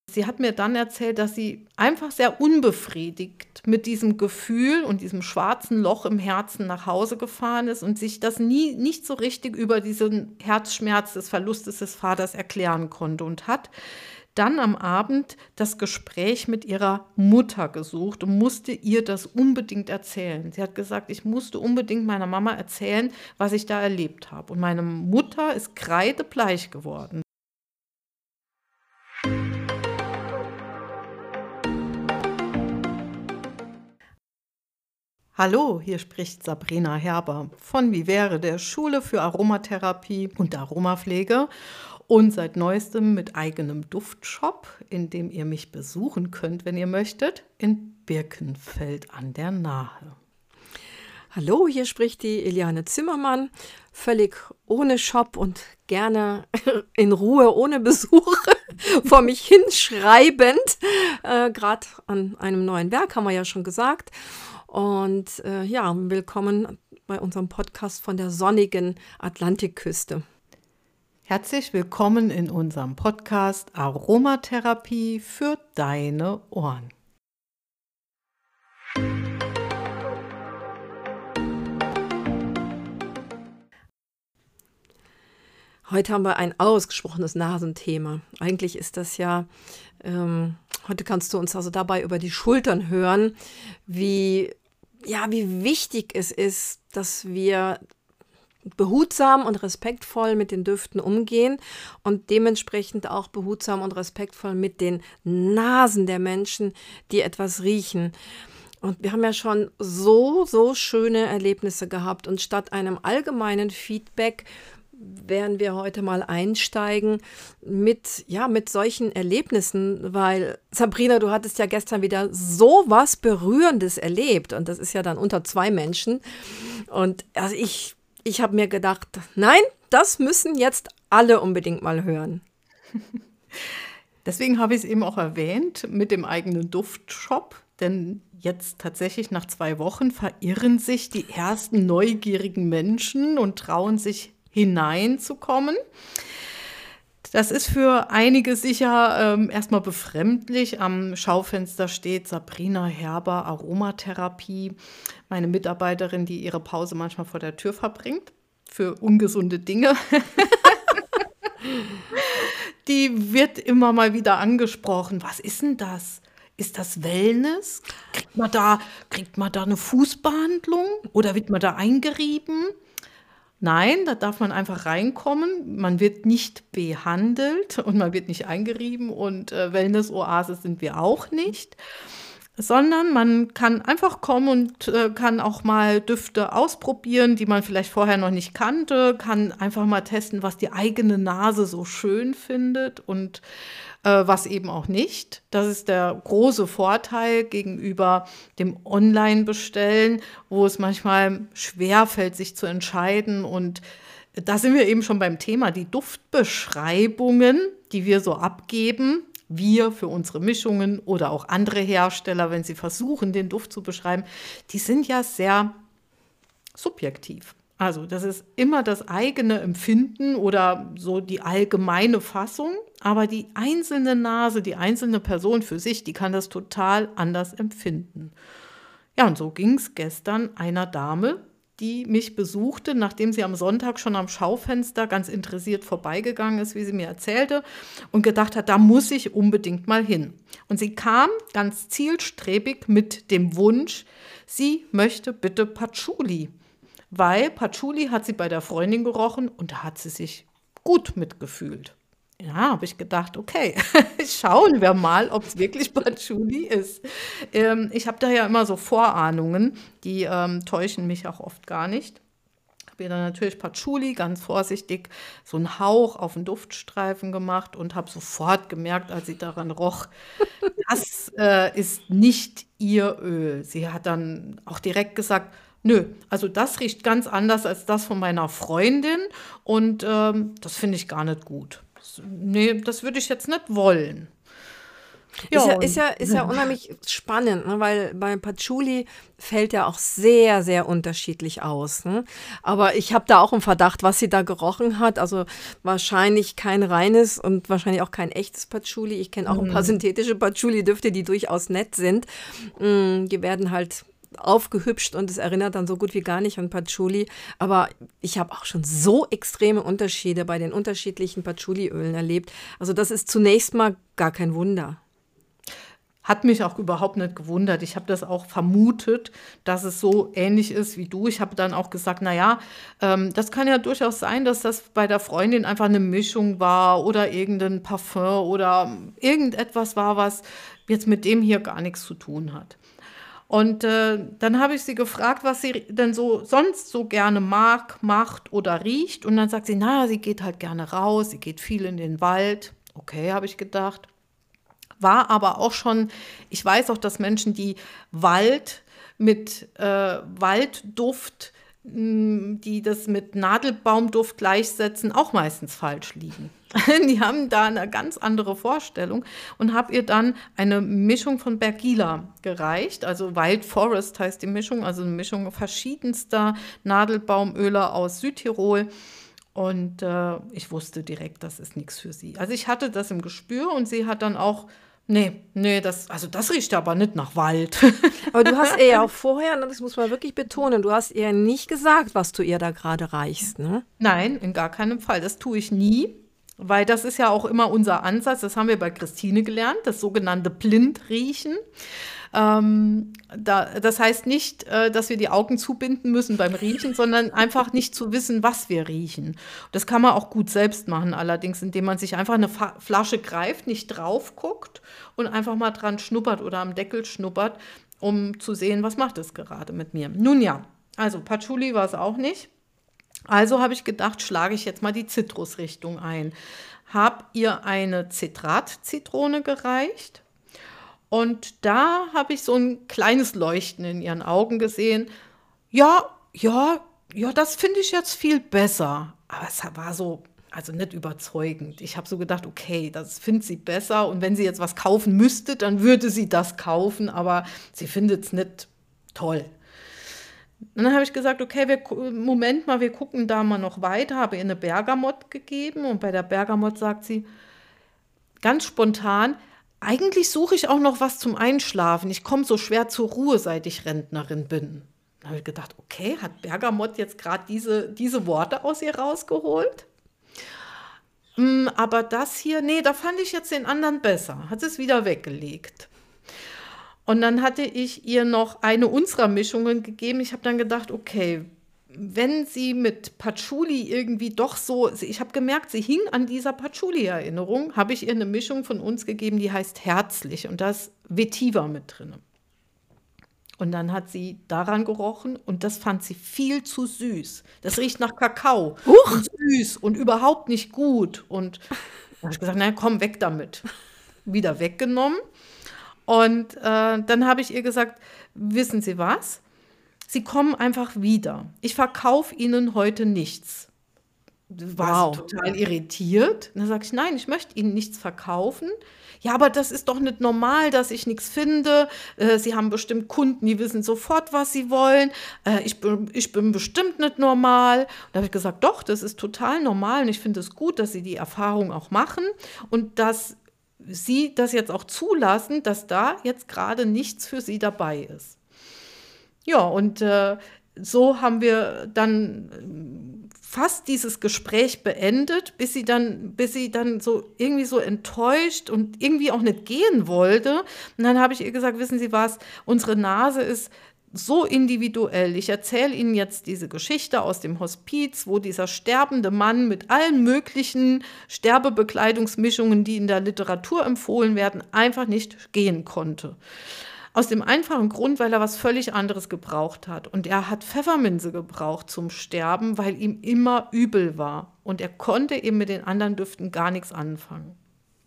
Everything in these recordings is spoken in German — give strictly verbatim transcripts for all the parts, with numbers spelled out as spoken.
Sie hat mir dann erzählt, dass sie einfach sehr unbefriedigt mit diesem Gefühl und diesem schwarzen Loch im Herzen nach Hause gefahren ist und sich das nie nicht so richtig über diesen Herzschmerz des Verlustes des Vaters erklären konnte und hat dann am Abend das Gespräch mit ihrer Mutter gesucht und musste ihr das unbedingt erzählen. Sie hat gesagt, ich musste unbedingt meiner Mama erzählen, was ich da erlebt habe. Und meine Mutter ist kreidebleich geworden. Hallo, hier spricht Sabrina Herber von Vivere, der Schule für Aromatherapie und Aromapflege und seit neuestem mit eigenem Duftshop, in dem ihr mich besuchen könnt, wenn ihr möchtet, in Birkenfeld an der Nahe. Hallo, hier spricht die Eliane Zimmermann, völlig ohne Shop und gerne in Ruhe, ohne Besuch, vor mich hinschreibend, äh, gerade an einem neuen Werk, haben wir ja schon gesagt. Und äh, ja, willkommen bei unserem Podcast von der sonnigen Atlantikküste. Herzlich willkommen in unserem Podcast Aromatherapie für deine Ohren. Heute haben wir ein ausgesprochenes Nasenthema. Eigentlich ist das ja, ähm, heute kannst du uns also dabei über die Schultern hören, wie, ja, wie wichtig es ist, dass wir behutsam und respektvoll mit den Düften umgehen und dementsprechend auch behutsam und respektvoll mit den Nasen der Menschen, die etwas riechen. Und wir haben ja schon so, so schöne Erlebnisse gehabt und statt einem allgemeinen Feedback werden wir heute mal einsteigen mit, ja, mit solchen Erlebnissen, weil Sabrina, du hattest ja gestern wieder so was Berührendes erlebt und das ist ja dann unter zwei Menschen und also ich, ich habe mir gedacht, nein, das müssen jetzt alle unbedingt mal hören. Deswegen habe ich es eben auch erwähnt mit dem eigenen Duftshop, denn jetzt tatsächlich nach zwei Wochen verirren sich die ersten neugierigen Menschen und trauen sich hineinzukommen. Das ist für einige sicher ähm, erstmal befremdlich. Am Schaufenster steht Sabrina Herber Aromatherapie, meine Mitarbeiterin, die ihre Pause manchmal vor der Tür verbringt, für ungesunde Dinge. Die wird immer mal wieder angesprochen. Was ist denn das? Ist das Wellness? Kriegt man da, kriegt man da eine Fußbehandlung oder wird man da eingerieben? Nein, da darf man einfach reinkommen. Man wird nicht behandelt und man wird nicht eingerieben und äh, Wellness-Oase sind wir auch nicht, sondern man kann einfach kommen und äh, kann auch mal Düfte ausprobieren, die man vielleicht vorher noch nicht kannte, kann einfach mal testen, was die eigene Nase so schön findet und äh, was eben auch nicht. Das ist der große Vorteil gegenüber dem Online-Bestellen, wo es manchmal schwerfällt, sich zu entscheiden. Und da sind wir eben schon beim Thema, die Duftbeschreibungen, die wir so abgeben, wir für unsere Mischungen oder auch andere Hersteller, wenn sie versuchen, den Duft zu beschreiben, die sind ja sehr subjektiv. Also das ist immer das eigene Empfinden oder so die allgemeine Fassung, aber die einzelne Nase, die einzelne Person für sich, die kann das total anders empfinden. Ja, und so ging es gestern einer Dame, die mich besuchte, nachdem sie am Sonntag schon am Schaufenster ganz interessiert vorbeigegangen ist, wie sie mir erzählte, und gedacht hat, da muss ich unbedingt mal hin. Und sie kam ganz zielstrebig mit dem Wunsch, sie möchte bitte Patchouli, weil Patchouli hat sie bei der Freundin gerochen und da hat sie sich gut mitgefühlt. Ja, habe ich gedacht, okay, schauen wir mal, ob es wirklich Patchouli ist. Ähm, ich habe da ja immer so Vorahnungen, die ähm, täuschen mich auch oft gar nicht. Habe ihr dann natürlich Patchouli ganz vorsichtig so einen Hauch auf den Duftstreifen gemacht und habe sofort gemerkt, als sie daran roch, das äh, ist nicht ihr Öl. Sie hat dann auch direkt gesagt, nö, also das riecht ganz anders als das von meiner Freundin und ähm, das finde ich gar nicht gut. Nee, das würde ich jetzt nicht wollen. Ja, Ist ja, ist und ja, ist ja unheimlich spannend, ne? Weil bei Patchouli fällt ja auch sehr, sehr unterschiedlich aus. Ne? Aber ich habe da auch einen Verdacht, was sie da gerochen hat. Also wahrscheinlich kein reines und wahrscheinlich auch kein echtes Patchouli. Ich kenne auch ein paar mhm. synthetische Patchouli-Düfte, die durchaus nett sind. Mm, Die werden halt aufgehübscht und es erinnert dann so gut wie gar nicht an Patchouli. Aber ich habe auch schon so extreme Unterschiede bei den unterschiedlichen Patchouli-Ölen erlebt. Also das ist zunächst mal gar kein Wunder. Hat mich auch überhaupt nicht gewundert. Ich habe das auch vermutet, dass es so ähnlich ist wie du. Ich habe dann auch gesagt, na ja, ähm, das kann ja durchaus sein, dass das bei der Freundin einfach eine Mischung war oder irgendein Parfum oder irgendetwas war, was jetzt mit dem hier gar nichts zu tun hat. Und äh, dann habe ich sie gefragt, was sie denn so sonst so gerne mag, macht oder riecht. Und dann sagt sie, naja, sie geht halt gerne raus, sie geht viel in den Wald. Okay, habe ich gedacht. War aber auch schon, ich weiß auch, dass Menschen, die Wald mit äh, Waldduft, mh, die das mit Nadelbaumduft gleichsetzen, auch meistens falsch liegen. Die haben da eine ganz andere Vorstellung und habe ihr dann eine Mischung von Bergila gereicht. Also Wild Forest heißt die Mischung, also eine Mischung verschiedenster Nadelbaumöle aus Südtirol. Und äh, ich wusste direkt, das ist nichts für sie. Also ich hatte das im Gespür und sie hat dann auch, nee, nee, das, also das riecht aber nicht nach Wald. Aber du hast ihr ja auch vorher, ne, das muss man wirklich betonen, du hast ihr nicht gesagt, was du ihr da gerade reichst, ne? Nein, in gar keinem Fall. Das tue ich nie, weil das ist ja auch immer unser Ansatz. Das haben wir bei Christine gelernt, das sogenannte Blindriechen. Ähm, da, das heißt nicht, äh, dass wir die Augen zubinden müssen beim Riechen, sondern einfach nicht zu wissen, was wir riechen. Das kann man auch gut selbst machen, allerdings, indem man sich einfach eine Fa Flasche greift, nicht drauf guckt und einfach mal dran schnuppert oder am Deckel schnuppert, um zu sehen, was macht es gerade mit mir. Nun ja, also Patchouli war es auch nicht. Also habe ich gedacht, schlage ich jetzt mal die Zitrusrichtung ein. Habe ihr eine Zitrat-Zitrone gereicht. Und da habe ich so ein kleines Leuchten in ihren Augen gesehen. Ja, ja, ja, das finde ich jetzt viel besser. Aber es war so, also nicht überzeugend. Ich habe so gedacht, okay, das findet sie besser. Und wenn sie jetzt was kaufen müsste, dann würde sie das kaufen. Aber sie findet es nicht toll. Und dann habe ich gesagt, okay, wir, gu- Moment mal, wir gucken da mal noch weiter. Habe ihr eine Bergamott gegeben. Und bei der Bergamott sagt sie, ganz spontan, eigentlich suche ich auch noch was zum Einschlafen. Ich komme so schwer zur Ruhe, seit ich Rentnerin bin. Da habe ich gedacht, okay, hat Bergamott jetzt gerade diese, diese Worte aus ihr rausgeholt? Mm, aber das hier, nee, da fand ich jetzt den anderen besser. Hat es wieder weggelegt. Und dann hatte ich ihr noch eine unserer Mischungen gegeben. Ich habe dann gedacht, okay, wenn sie mit Patchouli irgendwie doch so, ich habe gemerkt, sie hing an dieser Patchouli-Erinnerung, habe ich ihr eine Mischung von uns gegeben, die heißt Herzlich und da ist Vetiver mit drin. Und dann hat sie daran gerochen und das fand sie viel zu süß. Das riecht nach Kakao Huch! und süß und überhaupt nicht gut. Und dann habe ich gesagt, na komm, weg damit. Wieder weggenommen. Und äh, dann habe ich ihr gesagt, wissen Sie was? Sie kommen einfach wieder. Ich verkaufe Ihnen heute nichts. War sie Wow. total irritiert. Und dann sage ich, nein, ich möchte Ihnen nichts verkaufen. Ja, aber das ist doch nicht normal, dass ich nichts finde. Äh, Sie haben bestimmt Kunden, die wissen sofort, was sie wollen. Äh, ich bin, ich bin bestimmt nicht normal. Und da habe ich gesagt, doch, das ist total normal. Und ich finde es gut, dass Sie die Erfahrung auch machen und dass Sie das jetzt auch zulassen, dass da jetzt gerade nichts für Sie dabei ist. Ja, und äh, so haben wir dann ähm, fast dieses Gespräch beendet, bis sie dann, bis sie dann so irgendwie so enttäuscht und irgendwie auch nicht gehen wollte. Und dann habe ich ihr gesagt, wissen Sie was, unsere Nase ist so individuell. Ich erzähle Ihnen jetzt diese Geschichte aus dem Hospiz, wo dieser sterbende Mann mit allen möglichen Sterbebekleidungsmischungen, die in der Literatur empfohlen werden, einfach nicht gehen konnte. Aus dem einfachen Grund, weil er was völlig anderes gebraucht hat. Und er hat Pfefferminze gebraucht zum Sterben, weil ihm immer übel war. Und er konnte eben mit den anderen Düften gar nichts anfangen.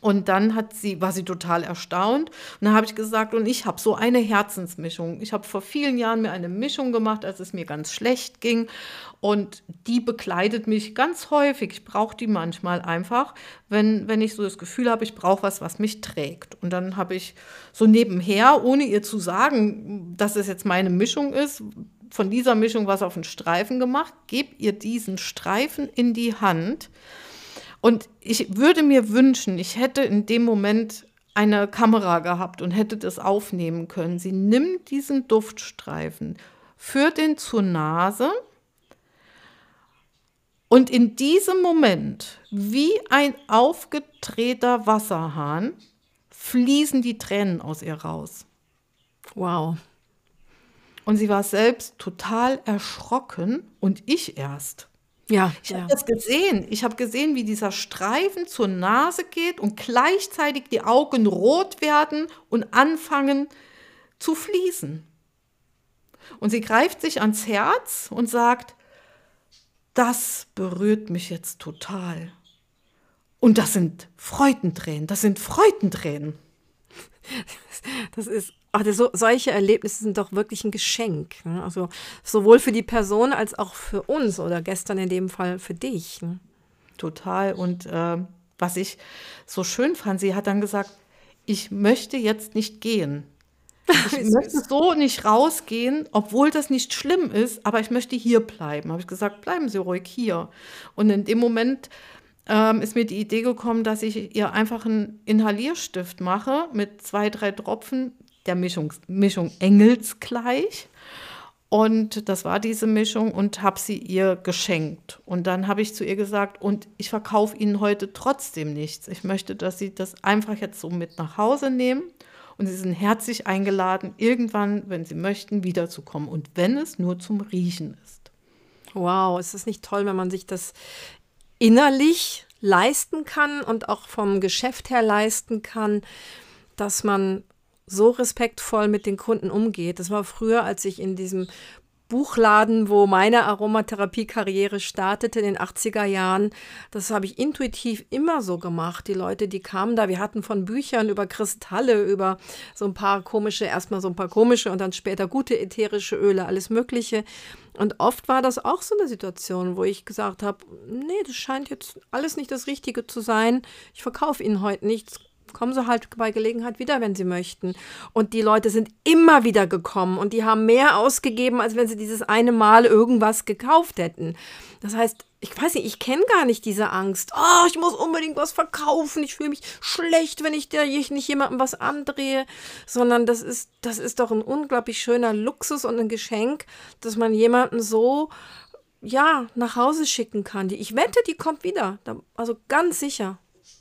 Und dann hat sie, war sie total erstaunt. Und dann habe ich gesagt, und ich habe so eine Herzensmischung. Ich habe vor vielen Jahren mir eine Mischung gemacht, als es mir ganz schlecht ging. Und die begleitet mich ganz häufig. Ich brauche die manchmal einfach, wenn, wenn ich so das Gefühl habe, ich brauche was, was mich trägt. Und dann habe ich so nebenher, ohne ihr zu sagen, dass es jetzt meine Mischung ist, von dieser Mischung was auf einen Streifen gemacht, gebe ihr diesen Streifen in die Hand. Und ich würde mir wünschen, ich hätte in dem Moment eine Kamera gehabt und hätte das aufnehmen können. Sie nimmt diesen Duftstreifen, führt ihn zur Nase und in diesem Moment, wie ein aufgedrehter Wasserhahn, fließen die Tränen aus ihr raus. Wow. Und sie war selbst total erschrocken und ich erst. Ja, Ich habe ja. das gesehen. Ich habe gesehen, wie dieser Streifen zur Nase geht und gleichzeitig die Augen rot werden und anfangen zu fließen. Und sie greift sich ans Herz und sagt, das berührt mich jetzt total. Und das sind Freudentränen, das sind Freudentränen. Das ist, ach, das, so, solche Erlebnisse sind doch wirklich ein Geschenk. Ne? Also sowohl für die Person als auch für uns oder gestern in dem Fall für dich. Ne? Total. Und äh, was ich so schön fand, sie hat dann gesagt, ich möchte jetzt nicht gehen. Ich möchte so nicht rausgehen, obwohl das nicht schlimm ist, aber ich möchte hier bleiben. Habe ich gesagt, bleiben Sie ruhig hier. Und in dem Moment ähm, ist mir die Idee gekommen, dass ich ihr einfach einen Inhalierstift mache mit zwei, drei Tropfen der Mischung, Mischung Engelsgleich. Und das war diese Mischung und habe sie ihr geschenkt. Und dann habe ich zu ihr gesagt, und ich verkaufe Ihnen heute trotzdem nichts. Ich möchte, dass Sie das einfach jetzt so mit nach Hause nehmen. Und Sie sind herzlich eingeladen, irgendwann, wenn Sie möchten, wiederzukommen. Und wenn es nur zum Riechen ist. Wow, ist das nicht toll, wenn man sich das innerlich leisten kann und auch vom Geschäft her leisten kann, dass man so respektvoll mit den Kunden umgeht. Das war früher, als ich in diesem Buchladen, wo meine Aromatherapie-Karriere startete in den achtziger Jahren, das habe ich intuitiv immer so gemacht. Die Leute, die kamen da, wir hatten von Büchern über Kristalle, über so ein paar komische, erstmal so ein paar komische und dann später gute ätherische Öle, alles Mögliche. Und oft war das auch so eine Situation, wo ich gesagt habe, nee, das scheint jetzt alles nicht das Richtige zu sein. Ich verkaufe Ihnen heute nichts. Kommen Sie halt bei Gelegenheit wieder, wenn Sie möchten. Und die Leute sind immer wieder gekommen und die haben mehr ausgegeben, als wenn sie dieses eine Mal irgendwas gekauft hätten. Das heißt, ich weiß nicht, ich kenne gar nicht diese Angst. Oh, ich muss unbedingt was verkaufen. Ich fühle mich schlecht, wenn ich der ich nicht jemandem was andrehe. Sondern das ist, das ist doch ein unglaublich schöner Luxus und ein Geschenk, dass man jemanden so, ja, nach Hause schicken kann. Die, ich wette, die kommt wieder. Also ganz sicher.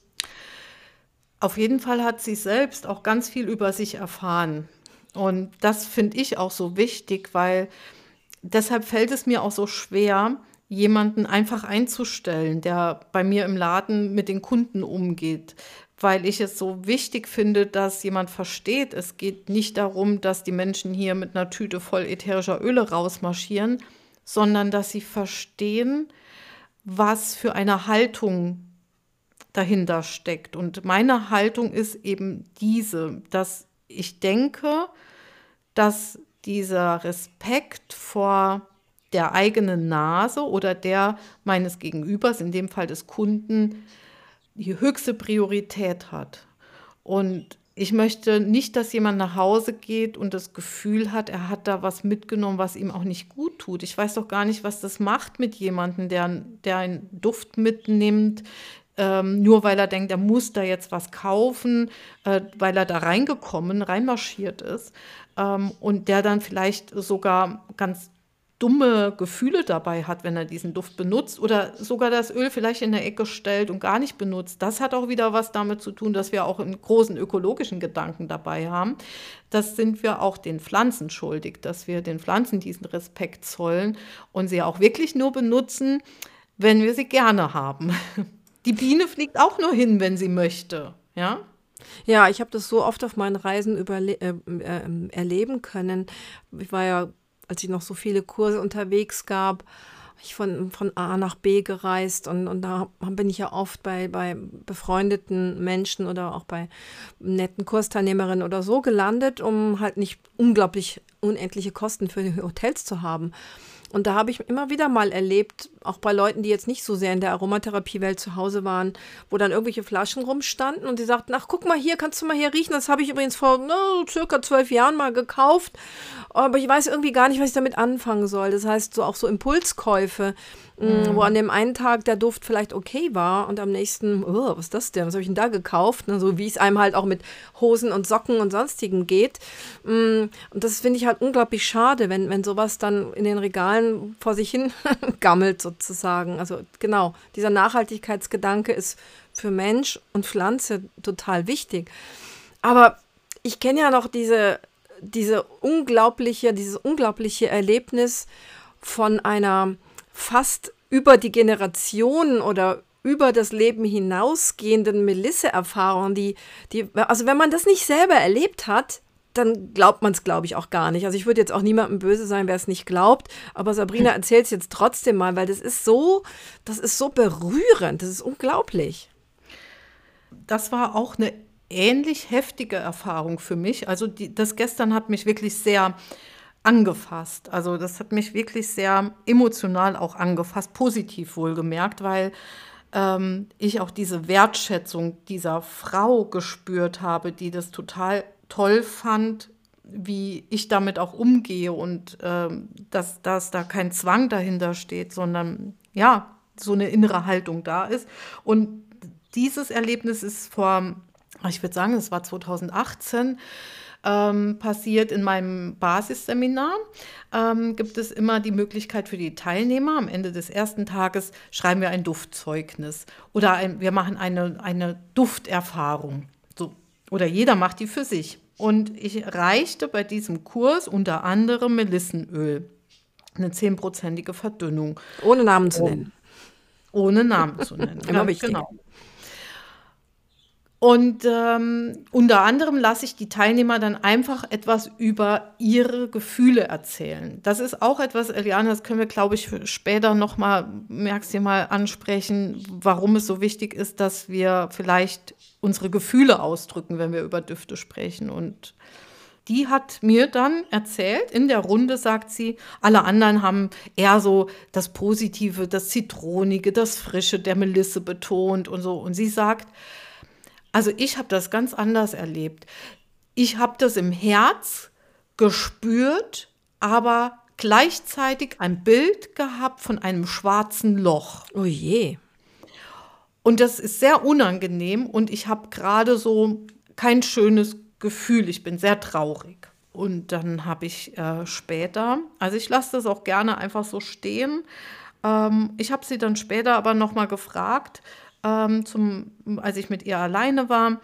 Auf jeden Fall hat sie selbst auch ganz viel über sich erfahren. Und das finde ich auch so wichtig, weil deshalb fällt es mir auch so schwer, jemanden einfach einzustellen, der bei mir im Laden mit den Kunden umgeht. Weil ich es so wichtig finde, dass jemand versteht, es geht nicht darum, dass die Menschen hier mit einer Tüte voll ätherischer Öle rausmarschieren, sondern dass sie verstehen, was für eine Haltung dahinter steckt. Und meine Haltung ist eben diese, dass ich denke, dass dieser Respekt vor der eigenen Nase oder der meines Gegenübers, in dem Fall des Kunden, die höchste Priorität hat. Und ich möchte nicht, dass jemand nach Hause geht und das Gefühl hat, er hat da was mitgenommen, was ihm auch nicht gut tut. Ich weiß doch gar nicht, was das macht mit jemandem, der, der einen Duft mitnimmt, Ähm, nur weil er denkt, er muss da jetzt was kaufen, äh, weil er da reingekommen, reinmarschiert ist ähm, und der dann vielleicht sogar ganz dumme Gefühle dabei hat, wenn er diesen Duft benutzt oder sogar das Öl vielleicht in der Ecke stellt und gar nicht benutzt. Das hat auch wieder was damit zu tun, dass wir auch einen großen ökologischen Gedanken dabei haben. Das sind wir auch den Pflanzen schuldig, dass wir den Pflanzen diesen Respekt zollen und sie auch wirklich nur benutzen, wenn wir sie gerne haben. Die Biene fliegt auch nur hin, wenn sie möchte, ja? Ja, ich habe das so oft auf meinen Reisen überle äh, äh, erleben können. Ich war ja, als ich noch so viele Kurse unterwegs gab ich von, von A nach B gereist und, und da bin ich ja oft bei, bei befreundeten Menschen oder auch bei netten Kursteilnehmerinnen oder so gelandet, um halt nicht unglaublich unendliche Kosten für die Hotels zu haben. Und da habe ich immer wieder mal erlebt, auch bei Leuten, die jetzt nicht so sehr in der Aromatherapiewelt zu Hause waren, wo dann irgendwelche Flaschen rumstanden und die sagten, ach, guck mal hier, kannst du mal hier riechen, das habe ich übrigens vor no, circa zwölf Jahren mal gekauft, aber ich weiß irgendwie gar nicht, was ich damit anfangen soll. Das heißt, so auch so Impulskäufe, mh, wo an dem einen Tag der Duft vielleicht okay war und am nächsten, oh, was ist das denn, was habe ich denn da gekauft? Ne, so wie es einem halt auch mit Hosen und Socken und Sonstigem geht. Mh, und das finde ich halt unglaublich schade, wenn, wenn sowas dann in den Regalen vor sich hin gammelt sozusagen. Also genau, dieser Nachhaltigkeitsgedanke ist für Mensch und Pflanze total wichtig. Aber ich kenne ja noch diese, diese unglaubliche, dieses unglaubliche Erlebnis von einer fast über die Generationen oder über das Leben hinausgehenden Melisse-Erfahrung, die, die, also wenn man das nicht selber erlebt hat, dann glaubt man es, glaube ich, auch gar nicht. Also ich würde jetzt auch niemandem böse sein, wer es nicht glaubt, aber Sabrina erzählt es jetzt trotzdem mal, weil das ist so, das ist so berührend, das ist unglaublich. Das war auch eine ähnlich heftige Erfahrung für mich. Also die, das gestern hat mich wirklich sehr angefasst. Also das hat mich wirklich sehr emotional auch angefasst, positiv wohlgemerkt, weil ähm, ich auch diese Wertschätzung dieser Frau gespürt habe, die das total toll fand, wie ich damit auch umgehe und ähm, dass, dass da kein Zwang dahinter steht, sondern ja, so eine innere Haltung da ist. Und dieses Erlebnis ist vor, ich würde sagen, es war zweitausendachtzehn, ähm, passiert in meinem Basisseminar. Ähm, gibt es immer die Möglichkeit für die Teilnehmer, am Ende des ersten Tages schreiben wir ein Duftzeugnis oder ein, wir machen eine, eine Dufterfahrung. So. Oder jeder macht die für sich. Und ich reichte bei diesem Kurs unter anderem Melissenöl, eine zehnprozentige Verdünnung. Ohne Namen zu nennen. Ohne Namen zu nennen. Immer ja, wichtig. Genau. Und ähm, unter anderem lasse ich die Teilnehmer dann einfach etwas über ihre Gefühle erzählen. Das ist auch etwas, Eliane, das können wir, glaube ich, für später nochmal, merkst du mal, ansprechen, warum es so wichtig ist, dass wir vielleicht unsere Gefühle ausdrücken, wenn wir über Düfte sprechen. Und die hat mir dann erzählt, in der Runde sagt sie, alle anderen haben eher so das Positive, das Zitronige, das Frische der Melisse betont und so. Und sie sagt, also ich habe das ganz anders erlebt. Ich habe das im Herz gespürt, aber gleichzeitig ein Bild gehabt von einem schwarzen Loch. Oh je. Und das ist sehr unangenehm und ich habe gerade so kein schönes Gefühl. Ich bin sehr traurig. Und dann habe ich äh, später, also ich lasse das auch gerne einfach so stehen, ähm, ich habe sie dann später aber nochmal gefragt, ähm, zum, als ich mit ihr alleine war,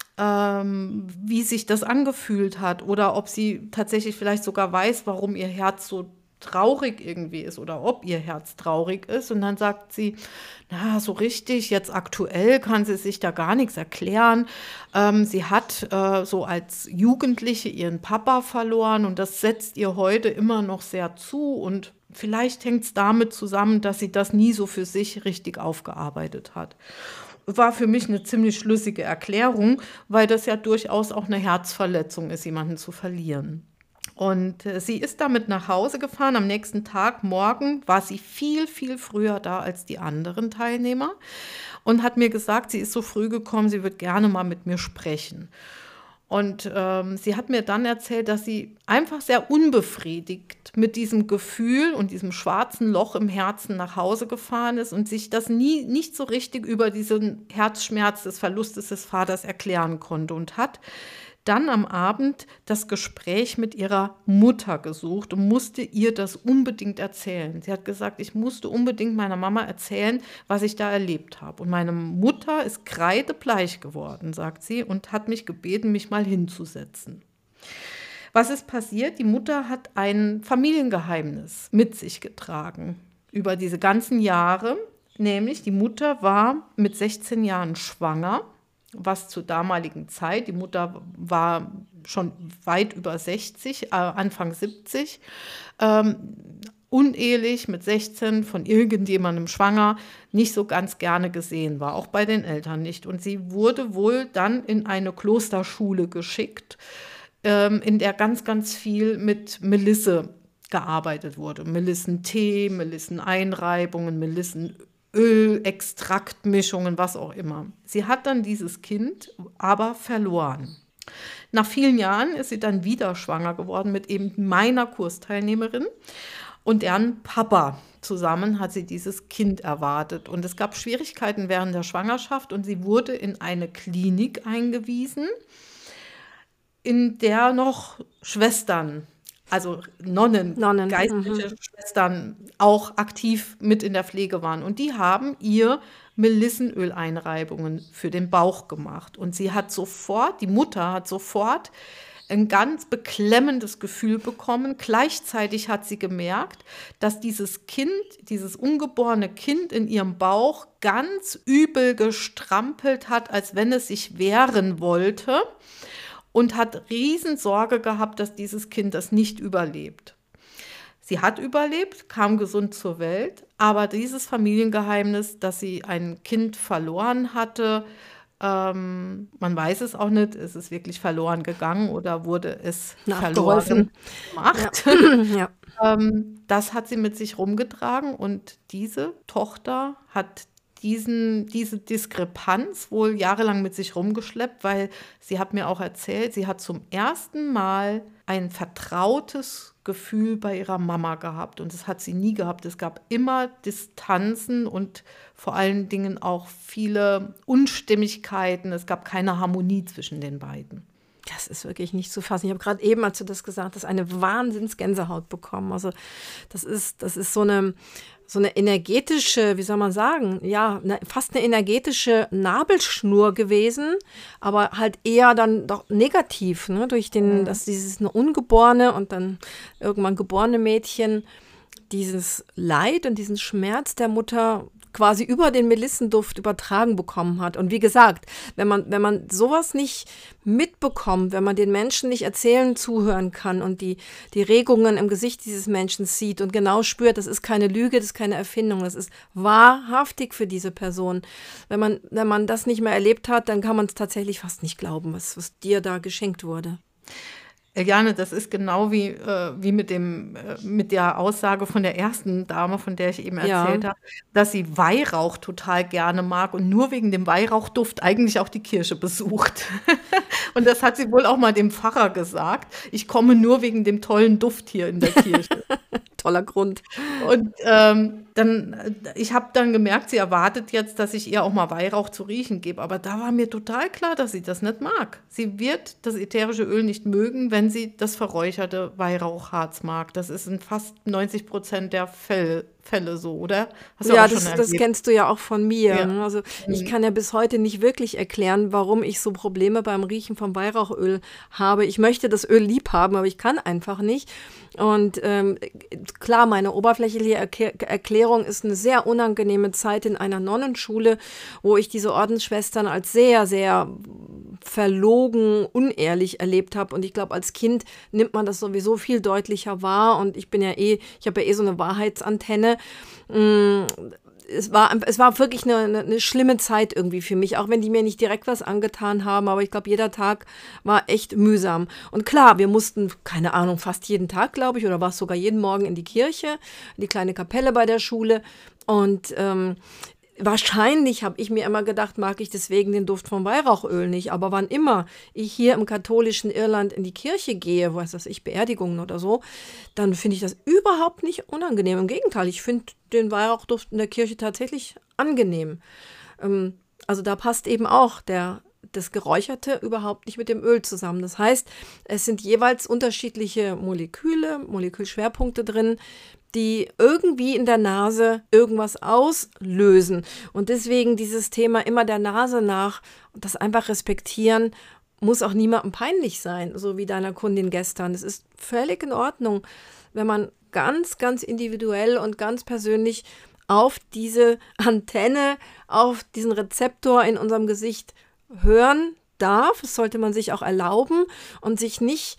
ähm, wie sich das angefühlt hat oder ob sie tatsächlich vielleicht sogar weiß, warum ihr Herz so traurig irgendwie ist oder ob ihr Herz traurig ist. Und dann sagt sie, na, so richtig, jetzt aktuell kann sie sich da gar nichts erklären. Ähm, sie hat äh, so als Jugendliche ihren Papa verloren und das setzt ihr heute immer noch sehr zu. Und vielleicht hängt es damit zusammen, dass sie das nie so für sich richtig aufgearbeitet hat. War für mich eine ziemlich schlüssige Erklärung, weil das ja durchaus auch eine Herzverletzung ist, jemanden zu verlieren. Und äh, sie ist damit nach Hause gefahren. Am nächsten Tag, morgen, war sie viel, viel früher da als die anderen Teilnehmer und hat mir gesagt, sie ist so früh gekommen, sie wird gerne mal mit mir sprechen. Und ähm, sie hat mir dann erzählt, dass sie einfach sehr unbefriedigt mit diesem Gefühl und diesem schwarzen Loch im Herzen nach Hause gefahren ist und sich das nie nicht so richtig über diesen Herzschmerz des Verlustes des Vaters erklären konnte und hat dann am Abend das Gespräch mit ihrer Mutter gesucht und musste ihr das unbedingt erzählen. Sie hat gesagt, ich musste unbedingt meiner Mama erzählen, was ich da erlebt habe. Und meine Mutter ist kreidebleich geworden, sagt sie, und hat mich gebeten, mich mal hinzusetzen. Was ist passiert? Die Mutter hat ein Familiengeheimnis mit sich getragen über diese ganzen Jahre. Nämlich die Mutter war mit sechzehn Jahren schwanger, was zur damaligen Zeit, die Mutter war schon weit über sechzig, äh, Anfang siebzig, ähm, unehelich mit sechzehn von irgendjemandem schwanger, nicht so ganz gerne gesehen war, auch bei den Eltern nicht. Und sie wurde wohl dann in eine Klosterschule geschickt, ähm, in der ganz, ganz viel mit Melisse gearbeitet wurde. Melissentee, Melisseneinreibungen, Melissenöl, Extraktmischungen, was auch immer. Sie hat dann dieses Kind aber verloren. Nach vielen Jahren ist sie dann wieder schwanger geworden mit eben meiner Kursteilnehmerin und deren Papa. Zusammen hat sie dieses Kind erwartet. Und es gab Schwierigkeiten während der Schwangerschaft und sie wurde in eine Klinik eingewiesen, in der noch Schwestern, also Nonnen, Nonnen, geistliche mhm. Schwestern auch aktiv mit in der Pflege waren. Und die haben ihr Melissenöleinreibungen für den Bauch gemacht. Und sie hat sofort, die Mutter hat sofort ein ganz beklemmendes Gefühl bekommen. Gleichzeitig hat sie gemerkt, dass dieses Kind, dieses ungeborene Kind in ihrem Bauch ganz übel gestrampelt hat, als wenn es sich wehren wollte. Und hat Riesensorge gehabt, dass dieses Kind das nicht überlebt. Sie hat überlebt, kam gesund zur Welt, aber dieses Familiengeheimnis, dass sie ein Kind verloren hatte, ähm, man weiß es auch nicht, ist es wirklich verloren gegangen oder wurde es verloren Nachgeholfen. gemacht? Ja. Ähm, das hat sie mit sich rumgetragen und diese Tochter hat diesen, diese Diskrepanz wohl jahrelang mit sich rumgeschleppt, weil sie hat mir auch erzählt, sie hat zum ersten Mal ein vertrautes Gefühl bei ihrer Mama gehabt und das hat sie nie gehabt. Es gab immer Distanzen und vor allen Dingen auch viele Unstimmigkeiten. Es gab keine Harmonie zwischen den beiden. Das ist wirklich nicht zu fassen. Ich habe gerade eben, als du das gesagt hast, eine Wahnsinns-Gänsehaut bekommen. Also das ist, das ist so eine, so eine energetische, wie soll man sagen, ja, eine, fast eine energetische Nabelschnur gewesen, aber halt eher dann doch negativ, ne? Durch den, Mhm. dass dieses eine ungeborene und dann irgendwann geborene Mädchen dieses Leid und diesen Schmerz der Mutter quasi über den Melissenduft übertragen bekommen hat. Und wie gesagt, wenn man, wenn man sowas nicht mitbekommt, wenn man den Menschen nicht erzählen, zuhören kann und die, die Regungen im Gesicht dieses Menschen sieht und genau spürt, das ist keine Lüge, das ist keine Erfindung, das ist wahrhaftig für diese Person. Wenn man, wenn man das nicht mehr erlebt hat, dann kann man es tatsächlich fast nicht glauben, was, was dir da geschenkt wurde. Eliane, das ist genau wie, äh, wie mit dem, äh, mit der Aussage von der ersten Dame, von der ich eben Ja. erzählt habe, dass sie Weihrauch total gerne mag und nur wegen dem Weihrauchduft eigentlich auch die Kirche besucht. Und das hat sie wohl auch mal dem Pfarrer gesagt. Ich komme nur wegen dem tollen Duft hier in der Kirche. Toller Grund. Und ähm, dann, äh, ich habe dann gemerkt, sie erwartet jetzt, dass ich ihr auch mal Weihrauch zu riechen gebe. Aber da war mir total klar, dass sie das nicht mag. Sie wird das ätherische Öl nicht mögen, wenn sie das verräucherte Weihrauchharz mag. Das ist in fast neunzig Prozent der Fälle, Fälle so, oder? Hast du Ja, auch schon das, das erlebt? kennst du ja auch von mir. Ja. Ne? Also ich Mhm. kann ja bis heute nicht wirklich erklären, warum ich so Probleme beim Riechen vom Weihrauchöl habe. Ich möchte das Öl lieb haben, aber ich kann einfach nicht. Und ähm, klar, meine oberflächliche Erklär- Erklärung ist eine sehr unangenehme Zeit in einer Nonnenschule, wo ich diese Ordensschwestern als sehr, sehr verlogen, unehrlich erlebt habe. Und ich glaube, als Kind nimmt man das sowieso viel deutlicher wahr. Und ich bin ja eh, ich habe ja eh so eine Wahrheitsantenne. Mm, Es war, es war wirklich eine, eine, eine schlimme Zeit irgendwie für mich, auch wenn die mir nicht direkt was angetan haben, aber ich glaube, jeder Tag war echt mühsam. Und klar, wir mussten, keine Ahnung, fast jeden Tag, glaube ich, oder war es sogar jeden Morgen in die Kirche, in die kleine Kapelle bei der Schule. Und ähm, wahrscheinlich habe ich mir immer gedacht, mag ich deswegen den Duft vom Weihrauchöl nicht. Aber wann immer ich hier im katholischen Irland in die Kirche gehe, was weiß ich, Beerdigungen oder so, dann finde ich das überhaupt nicht unangenehm. Im Gegenteil, ich finde den Weihrauchduft in der Kirche tatsächlich angenehm. Ähm, also da passt eben auch der, das Geräucherte überhaupt nicht mit dem Öl zusammen. Das heißt, es sind jeweils unterschiedliche Moleküle, Molekülschwerpunkte drin, die irgendwie in der Nase irgendwas auslösen. Und deswegen dieses Thema immer der Nase nach und das einfach respektieren, muss auch niemandem peinlich sein, so wie deiner Kundin gestern. Es ist völlig in Ordnung, wenn man ganz, ganz individuell und ganz persönlich auf diese Antenne, auf diesen Rezeptor in unserem Gesicht hören darf. Das sollte man sich auch erlauben und sich nicht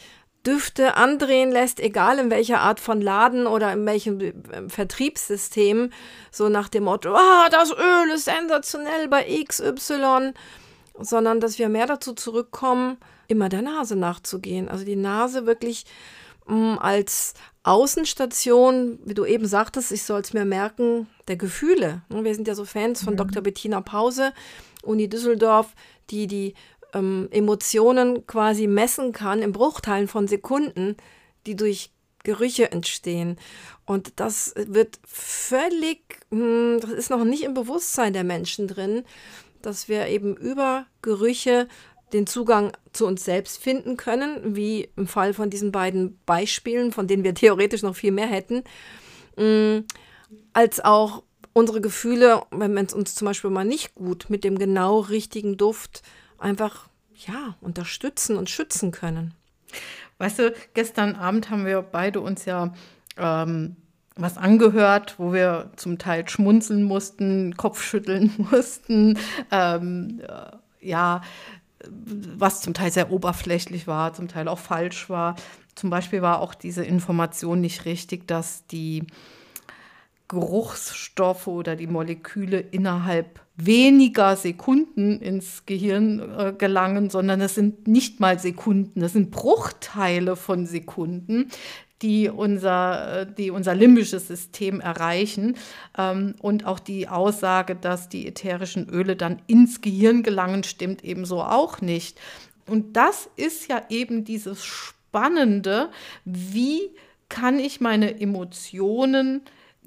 Düfte andrehen lässt, egal in welcher Art von Laden oder in welchem äh, Vertriebssystem, so nach dem Motto, ah, das Öl ist sensationell bei X Y, sondern dass wir mehr dazu zurückkommen, immer der Nase nachzugehen. Also die Nase wirklich mh, als Außenstation, wie du eben sagtest, ich soll es mir merken, der Gefühle. Wir sind ja so Fans von mhm. Doktor Bettina Pause, Uni Düsseldorf, die die ähm, Emotionen quasi messen kann in Bruchteilen von Sekunden, die durch Gerüche entstehen. Und das wird völlig, mh, das ist noch nicht im Bewusstsein der Menschen drin, dass wir eben über Gerüche den Zugang zu uns selbst finden können, wie im Fall von diesen beiden Beispielen, von denen wir theoretisch noch viel mehr hätten, mh, als auch unsere Gefühle, wenn es uns zum Beispiel mal nicht gut mit dem genau richtigen Duft einfach ja, unterstützen und schützen können. Weißt du, gestern Abend haben wir beide uns ja ähm, was angehört, wo wir zum Teil schmunzeln mussten, Kopfschütteln mussten, ähm, äh, ja, was zum Teil sehr oberflächlich war, zum Teil auch falsch war. Zum Beispiel war auch diese Information nicht richtig, dass die Geruchsstoffe oder die Moleküle innerhalb weniger Sekunden ins Gehirn äh, gelangen, sondern es sind nicht mal Sekunden, das sind Bruchteile von Sekunden, die unser, die unser limbisches System erreichen. Ähm, und auch die Aussage, dass die ätherischen Öle dann ins Gehirn gelangen, stimmt ebenso auch nicht. Und das ist ja eben dieses Spannende, wie kann ich meine Emotionen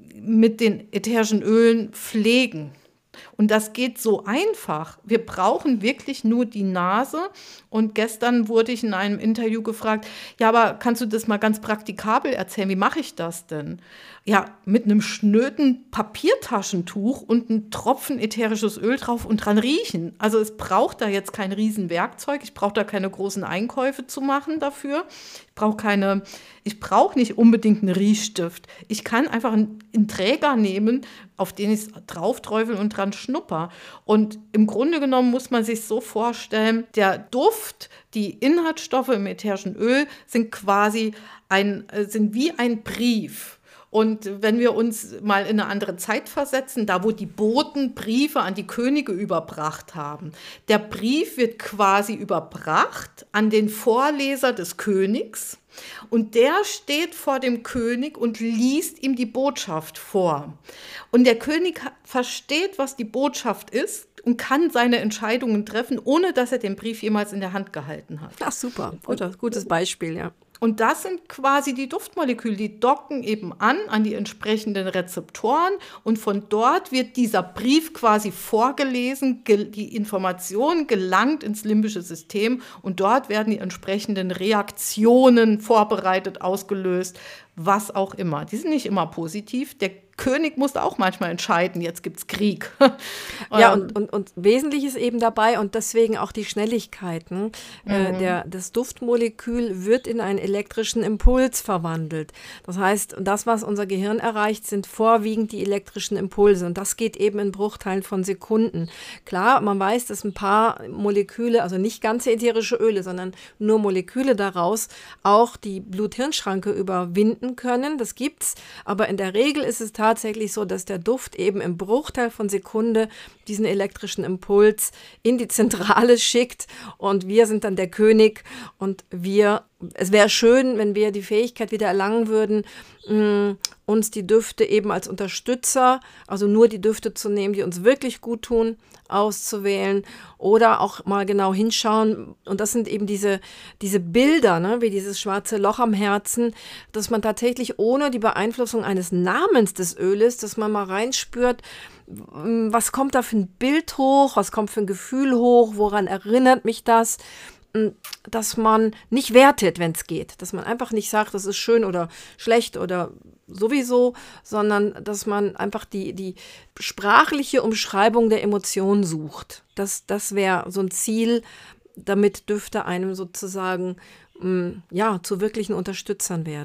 mit den ätherischen Ölen pflegen? Und das geht so einfach. Wir brauchen wirklich nur die Nase. Und gestern wurde ich in einem Interview gefragt, ja, aber kannst du das mal ganz praktikabel erzählen? Wie mache ich das denn? Ja, mit einem schnöden Papiertaschentuch und einem Tropfen ätherisches Öl drauf und dran riechen. Also es braucht da jetzt kein Riesenwerkzeug. Ich brauche da keine großen Einkäufe zu machen dafür. Ich brauche keine, ich brauche nicht unbedingt einen Riechstift. Ich kann einfach einen, einen Träger nehmen, auf den ich es drauf träufel und dran schnupper. Und im Grunde genommen muss man sich so vorstellen, der Duft, die Inhaltsstoffe im ätherischen Öl sind quasi ein, sind wie ein Brief. Und wenn wir uns mal in eine andere Zeit versetzen, da wo die Boten Briefe an die Könige überbracht haben, der Brief wird quasi überbracht an den Vorleser des Königs und der steht vor dem König und liest ihm die Botschaft vor. Und der König versteht, was die Botschaft ist und kann seine Entscheidungen treffen, ohne dass er den Brief jemals in der Hand gehalten hat. Ach super, Guter, gutes Beispiel, ja. Und das sind quasi die Duftmoleküle, die docken eben an, an die entsprechenden Rezeptoren und von dort wird dieser Brief quasi vorgelesen, die Information gelangt ins limbische System und dort werden die entsprechenden Reaktionen vorbereitet, ausgelöst, was auch immer. Die sind nicht immer positiv. Der König musste auch manchmal entscheiden, jetzt gibt es Krieg. Ja, und, und, und wesentlich ist eben dabei und deswegen auch die Schnelligkeit. Ne? Mhm. Äh, der, das Duftmolekül wird in einen elektrischen Impuls verwandelt. Das heißt, das, was unser Gehirn erreicht, sind vorwiegend die elektrischen Impulse und das geht eben in Bruchteilen von Sekunden. Klar, man weiß, dass ein paar Moleküle, also nicht ganze ätherische Öle, sondern nur Moleküle daraus, auch die Blut-Hirn-Schranke überwinden können. Das gibt's, aber in der Regel ist es tatsächlich so, dass der Duft eben im Bruchteil von Sekunde diesen elektrischen Impuls in die Zentrale schickt und wir sind dann der König und wir, es wäre schön, wenn wir die Fähigkeit wieder erlangen würden, mh, uns die Düfte eben als Unterstützer, also nur die Düfte zu nehmen, die uns wirklich gut tun, auszuwählen oder auch mal genau hinschauen. Und das sind eben diese, diese Bilder, ne, wie dieses schwarze Loch am Herzen, dass man tatsächlich ohne die Beeinflussung eines Namens des Öles, dass man mal reinspürt, was kommt da für ein Bild hoch, was kommt für ein Gefühl hoch, woran erinnert mich das, dass man nicht wertet, wenn es geht, dass man einfach nicht sagt, das ist schön oder schlecht oder sowieso, sondern dass man einfach die, die sprachliche Umschreibung der Emotion sucht. Das, das wäre so ein Ziel, damit Düfte einem sozusagen mh, ja, zu wirklichen Unterstützern werden.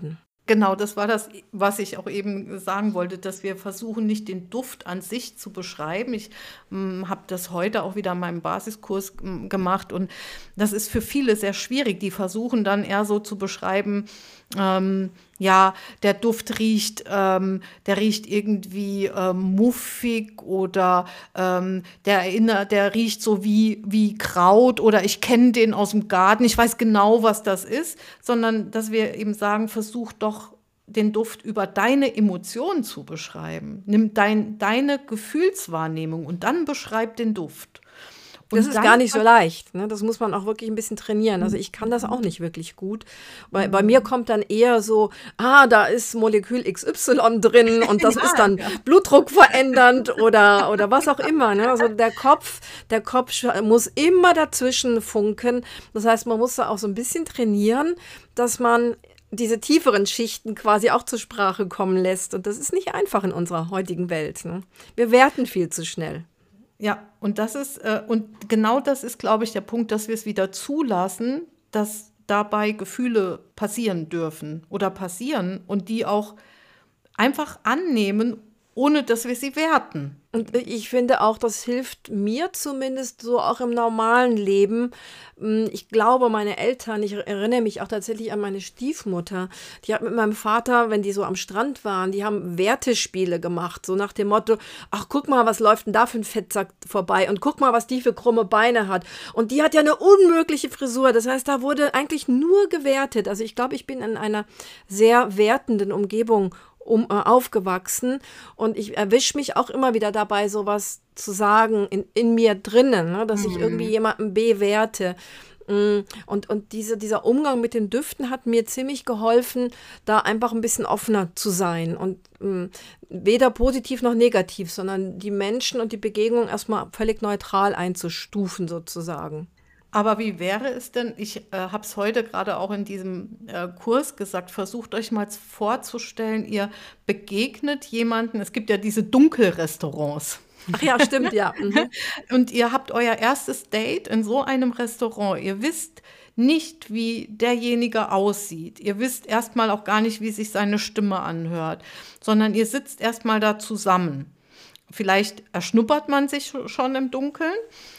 Genau, das war das, was ich auch eben sagen wollte, dass wir versuchen, nicht den Duft an sich zu beschreiben. Ich hm, habe das heute auch wieder in meinem Basiskurs hm, gemacht und das ist für viele sehr schwierig. Die versuchen dann eher so zu beschreiben, ähm, ja, der Duft riecht, ähm, der riecht irgendwie ähm, muffig oder ähm, der erinnert, der riecht so wie, wie Kraut oder ich kenne den aus dem Garten, ich weiß genau, was das ist, sondern dass wir eben sagen, versuch doch den Duft über deine Emotionen zu beschreiben. Nimm dein, deine Gefühlswahrnehmung und dann beschreib den Duft. Das Und ist dann, gar nicht so leicht, ne? Das muss man auch wirklich ein bisschen trainieren. Also ich kann das auch nicht wirklich gut. Bei, bei mir kommt dann eher so, ah, da ist Molekül X Y drin und das ist ja, dann Blutdruck verändernd oder, oder was auch immer. Ne? Also der Kopf, der Kopf sch- muss immer dazwischen funken. Das heißt, man muss da auch so ein bisschen trainieren, dass man diese tieferen Schichten quasi auch zur Sprache kommen lässt. Und das ist nicht einfach in unserer heutigen Welt. Ne? Wir werten viel zu schnell. ja, und das ist, äh, und genau das ist, glaube ich, der Punkt, dass wir es wieder zulassen, dass dabei Gefühle passieren dürfen oder passieren und die auch einfach annehmen, ohne dass wir sie werten. Und ich finde auch, das hilft mir zumindest so auch im normalen Leben. Mm, Ich glaube, meine Eltern, ich erinnere mich auch tatsächlich an meine Stiefmutter, die hat mit meinem Vater, wenn die so am Strand waren, die haben Wertespiele gemacht, so nach dem Motto, ach, guck mal, was läuft denn da für ein Fettsack vorbei und guck mal, was die für krumme Beine hat. Und die hat ja eine unmögliche Frisur. Das heißt, da wurde eigentlich nur gewertet. Also ich glaube, ich bin in einer sehr wertenden Umgebung um, äh, aufgewachsen und ich erwische mich auch immer wieder dabei, sowas zu sagen in, in mir drinnen, ne, dass ich irgendwie jemanden bewerte. Mm, Und, und diese, dieser Umgang mit den Düften hat mir ziemlich geholfen, da einfach ein bisschen offener zu sein und mm, weder positiv noch negativ, sondern die Menschen und die Begegnung erstmal völlig neutral einzustufen sozusagen. Aber wie wäre es denn, ich äh, habe es heute gerade auch in diesem äh, Kurs gesagt, versucht euch mal vorzustellen, ihr begegnet jemanden, es gibt ja diese Dunkelrestaurants. Ach ja, stimmt, ja. Mhm. Und ihr habt euer erstes Date in so einem Restaurant. Ihr wisst nicht, wie derjenige aussieht. Ihr wisst erstmal auch gar nicht, wie sich seine Stimme anhört, sondern ihr sitzt erstmal da zusammen. Vielleicht erschnuppert man sich schon im Dunkeln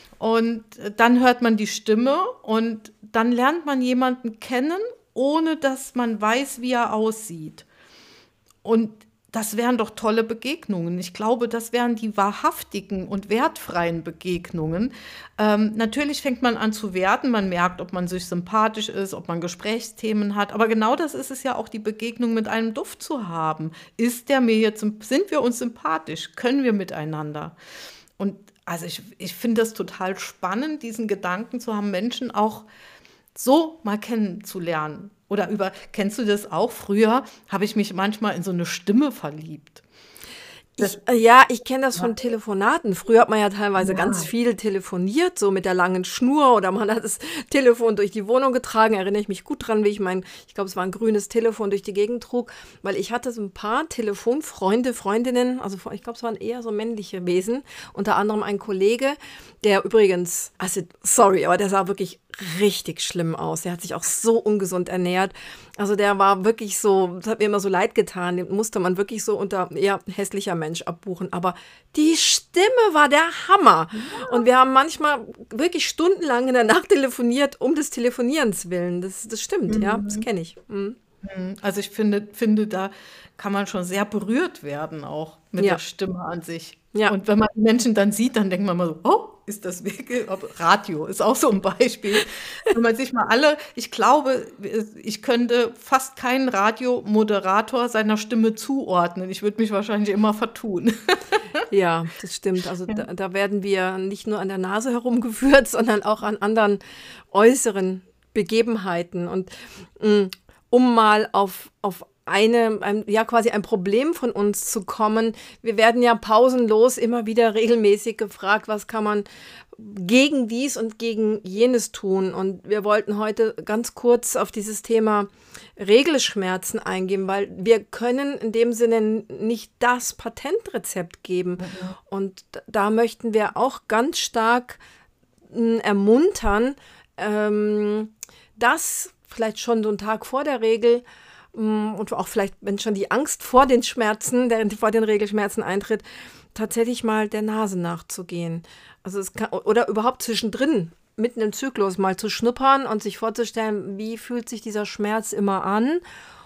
und dann hört man die Stimme und dann lernt man jemanden kennen, ohne dass man weiß, wie er aussieht. Und das wären doch tolle Begegnungen. Ich glaube, das wären die wahrhaftigen und wertfreien Begegnungen. Ähm, natürlich fängt man an zu werten, man merkt, ob man sich sympathisch ist, ob man Gesprächsthemen hat. Aber genau das ist es ja auch, die Begegnung mit einem Duft zu haben. Ist der mir jetzt, sind wir uns sympathisch? Können wir miteinander? Und also ich, ich finde das total spannend, diesen Gedanken zu haben, Menschen auch so mal kennenzulernen. Oder über, kennst du das auch? Früher habe ich mich manchmal in so eine Stimme verliebt. Das, Ich, äh, ja, ich kenne das von Telefonaten. Früher hat man ja teilweise ja, ganz viel telefoniert, so mit der langen Schnur oder man hat das Telefon durch die Wohnung getragen. Erinnere ich mich gut dran, wie ich mein, ich glaube, es war ein grünes Telefon durch die Gegend trug, weil ich hatte so ein paar Telefonfreunde, Freundinnen, also ich glaube, es waren eher so männliche Wesen, unter anderem ein Kollege, der übrigens, also sorry, aber der sah wirklich richtig schlimm aus. Der hat sich auch so ungesund ernährt. Also der war wirklich so, das hat mir immer so leid getan, den musste man wirklich so unter eher hässlicher Mensch abbuchen. Aber die Stimme war der Hammer. Und wir haben manchmal wirklich stundenlang in der Nacht telefoniert, um des Telefonierens willen. Das, das stimmt, ja, das kenne ich. Mhm. also ich finde, finde, da kann man schon sehr berührt werden, auch mit der Ja, Stimme an sich. ja. Und wenn man die Menschen dann sieht, dann denkt man mal so, oh, ist das wirklich, ob- Radio ist auch so ein Beispiel. Wenn man sich mal alle, ich glaube, ich könnte fast keinen Radiomoderator seiner Stimme zuordnen. Ich würde mich wahrscheinlich immer vertun. Ja, das stimmt. Also da, da werden wir nicht nur an der Nase herumgeführt, sondern auch an anderen äußeren Begebenheiten. Und mm, um mal auf, auf eine, ein, ja quasi ein Problem von uns zu kommen, wir werden ja pausenlos immer wieder regelmäßig gefragt, was kann man gegen dies und gegen jenes tun. Und wir wollten heute ganz kurz auf dieses Thema Regelschmerzen eingehen, weil wir können in dem Sinne nicht das Patentrezept geben. Und d- da möchten wir auch ganz stark m, ermuntern, ähm, dass vielleicht schon so einen Tag vor der Regel mm, und auch vielleicht, wenn schon die Angst vor den Schmerzen, der, vor den Regelschmerzen eintritt, tatsächlich mal der Nase nachzugehen. Also es kann, oder überhaupt zwischendrin, mitten im Zyklus mal zu schnuppern und sich vorzustellen, wie fühlt sich dieser Schmerz immer an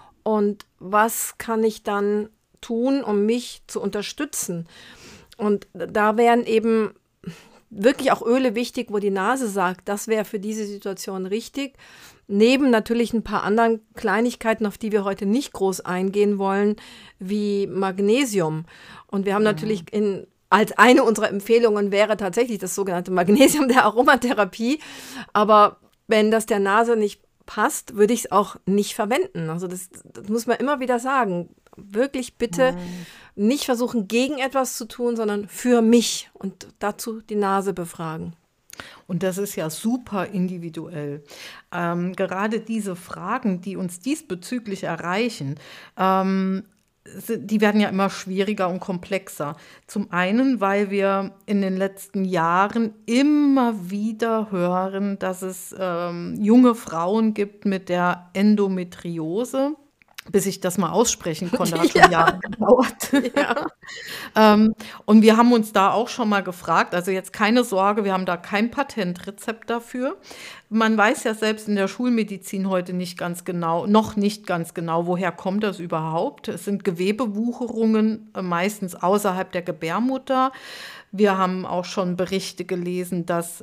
und was kann ich dann tun, um mich zu unterstützen. Und da wären eben wirklich auch Öle wichtig, wo die Nase sagt, das wäre für diese Situation richtig. Neben natürlich ein paar anderen Kleinigkeiten, auf die wir heute nicht groß eingehen wollen, wie Magnesium. Und wir haben ja. natürlich in, als eine unserer Empfehlungen wäre tatsächlich das sogenannte Magnesium der Aromatherapie. Aber wenn das der Nase nicht passt, würde ich es auch nicht verwenden. Also das, das muss man immer wieder sagen. Wirklich bitte mhm. nicht versuchen, gegen etwas zu tun, sondern für mich und dazu die Nase befragen. Und das ist ja super individuell. Ähm, gerade diese Fragen, die uns diesbezüglich erreichen, ähm, die werden ja immer schwieriger und komplexer. Zum einen, weil wir in den letzten Jahren immer wieder hören, dass es ähm, junge Frauen gibt mit der Endometriose. Bis ich das mal aussprechen konnte, hat schon ja. Jahre gedauert. Ja. ähm, und wir haben uns da auch schon mal gefragt, also jetzt keine Sorge, wir haben da kein Patentrezept dafür. Man weiß ja selbst in der Schulmedizin heute nicht ganz genau, noch nicht ganz genau, woher kommt das überhaupt. Es sind Gewebewucherungen, äh, meistens außerhalb der Gebärmutter. Wir haben auch schon Berichte gelesen, dass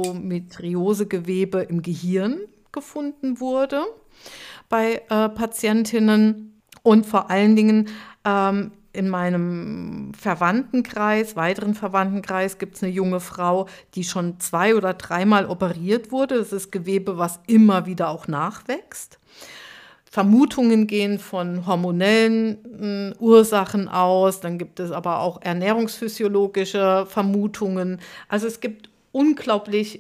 Endometriosegewebe im Gehirn gefunden wurde bei äh, Patientinnen und vor allen Dingen ähm, in meinem Verwandtenkreis, weiteren Verwandtenkreis, gibt es eine junge Frau, die schon zwei- oder dreimal operiert wurde. Das ist Gewebe, was immer wieder auch nachwächst. Vermutungen gehen von hormonellen äh, Ursachen aus, dann gibt es aber auch ernährungsphysiologische Vermutungen. Also es gibt unglaublich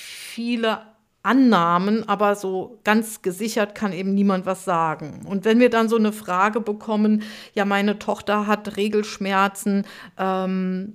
viele Annahmen, aber so ganz gesichert kann eben niemand was sagen. Und wenn wir dann so eine Frage bekommen, ja, meine Tochter hat Regelschmerzen, ähm,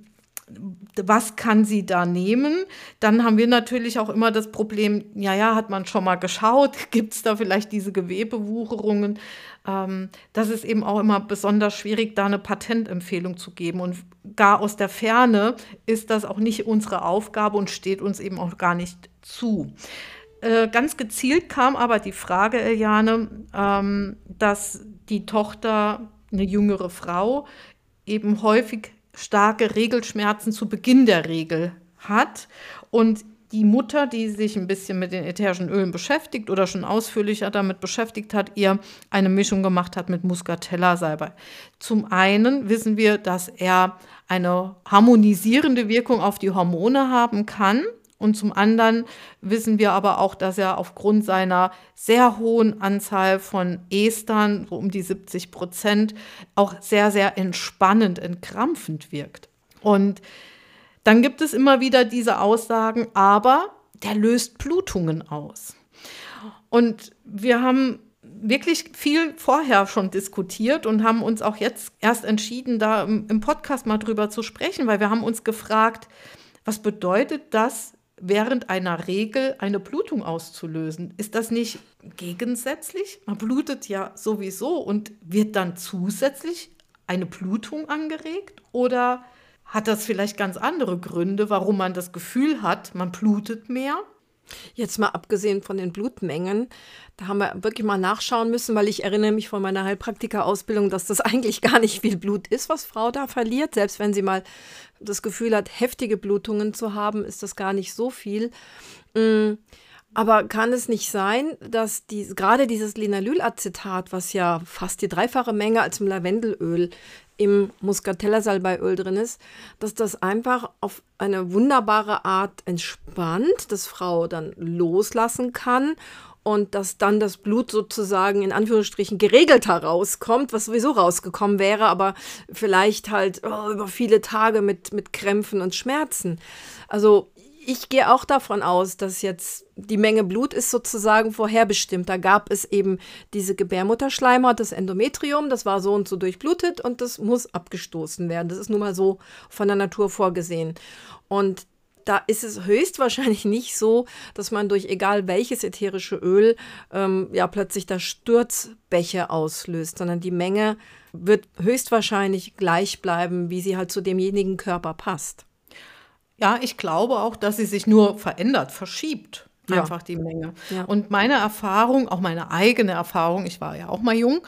was kann sie da nehmen? Dann haben wir natürlich auch immer das Problem, ja, ja, hat man schon mal geschaut, gibt es da vielleicht diese Gewebewucherungen? Ähm, das ist eben auch immer besonders schwierig, da eine Patentempfehlung zu geben. Und gar aus der Ferne ist das auch nicht unsere Aufgabe und steht uns eben auch gar nicht zu. Äh, ganz gezielt kam aber die Frage, Eliane, ähm, dass die Tochter, eine jüngere Frau, eben häufig starke Regelschmerzen zu Beginn der Regel hat und die Mutter, die sich ein bisschen mit den ätherischen Ölen beschäftigt oder schon ausführlicher damit beschäftigt hat, ihr eine Mischung gemacht hat mit Muscatella-Salbei. Zum einen wissen wir, dass er eine harmonisierende Wirkung auf die Hormone haben kann. Und zum anderen wissen wir aber auch, dass er aufgrund seiner sehr hohen Anzahl von Estern, so um die siebzig Prozent, auch sehr, sehr entspannend, entkrampfend wirkt. Und dann gibt es immer wieder diese Aussagen, aber der löst Blutungen aus. Und wir haben wirklich viel vorher schon diskutiert und haben uns auch jetzt erst entschieden, da im Podcast mal drüber zu sprechen, weil wir haben uns gefragt, was bedeutet das, während einer Regel eine Blutung auszulösen? Ist das nicht gegensätzlich? Man blutet ja sowieso und wird dann zusätzlich eine Blutung angeregt? Oder hat das vielleicht ganz andere Gründe, warum man das Gefühl hat, man blutet mehr? Jetzt mal abgesehen von den Blutmengen, da haben wir wirklich mal nachschauen müssen, weil ich erinnere mich von meiner Heilpraktika-Ausbildung, dass das eigentlich gar nicht viel Blut ist, was Frau da verliert. Selbst wenn sie mal das Gefühl hat, heftige Blutungen zu haben, ist das gar nicht so viel. Aber kann es nicht sein, dass die, gerade dieses Linalylacetat, was ja fast die dreifache Menge als im Lavendelöl im Muscatella-Salbeiöl drin ist, dass das einfach auf eine wunderbare Art entspannt, dass Frau dann loslassen kann und dass dann das Blut sozusagen in Anführungsstrichen geregelter rauskommt, was sowieso rausgekommen wäre, aber vielleicht halt oh, über viele Tage mit, mit Krämpfen und Schmerzen. Also ich gehe auch davon aus, dass jetzt die Menge Blut ist sozusagen vorherbestimmt. Da gab es eben diese Gebärmutterschleimhaut, das Endometrium, das war so und so durchblutet und das muss abgestoßen werden. Das ist nun mal so von der Natur vorgesehen. Und da ist es höchstwahrscheinlich nicht so, dass man durch egal welches ätherische Öl ähm, ja plötzlich da Sturzbäche auslöst, sondern die Menge wird höchstwahrscheinlich gleich bleiben, wie sie halt zu demjenigen Körper passt. Ja, ich glaube auch, dass sie sich nur verändert, verschiebt. Ja. Einfach die Menge. Ja. Und meine Erfahrung, auch meine eigene Erfahrung, ich war ja auch mal jung,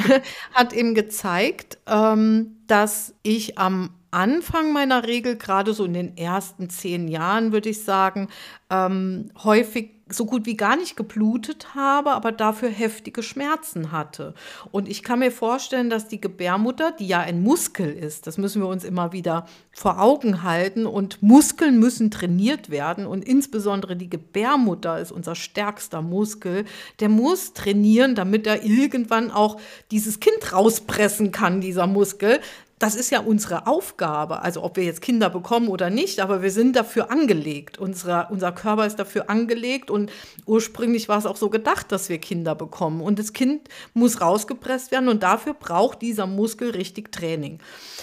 hat eben gezeigt, ähm, dass ich am Anfang meiner Regel, gerade so in den ersten zehn Jahren, würde ich sagen, ähm, häufig so gut wie gar nicht geblutet habe, aber dafür heftige Schmerzen hatte. Und ich kann mir vorstellen, dass die Gebärmutter, die ja ein Muskel ist, das müssen wir uns immer wieder vor Augen halten, und Muskeln müssen trainiert werden, und insbesondere die Gebärmutter ist unser stärkster Muskel, der muss trainieren, damit er irgendwann auch dieses Kind rauspressen kann, dieser Muskel. Das ist ja unsere Aufgabe, also ob wir jetzt Kinder bekommen oder nicht, aber wir sind dafür angelegt. Unsere, unser Körper ist dafür angelegt, und ursprünglich war es auch so gedacht, dass wir Kinder bekommen. Und das Kind muss rausgepresst werden, und dafür braucht dieser Muskel richtig Training.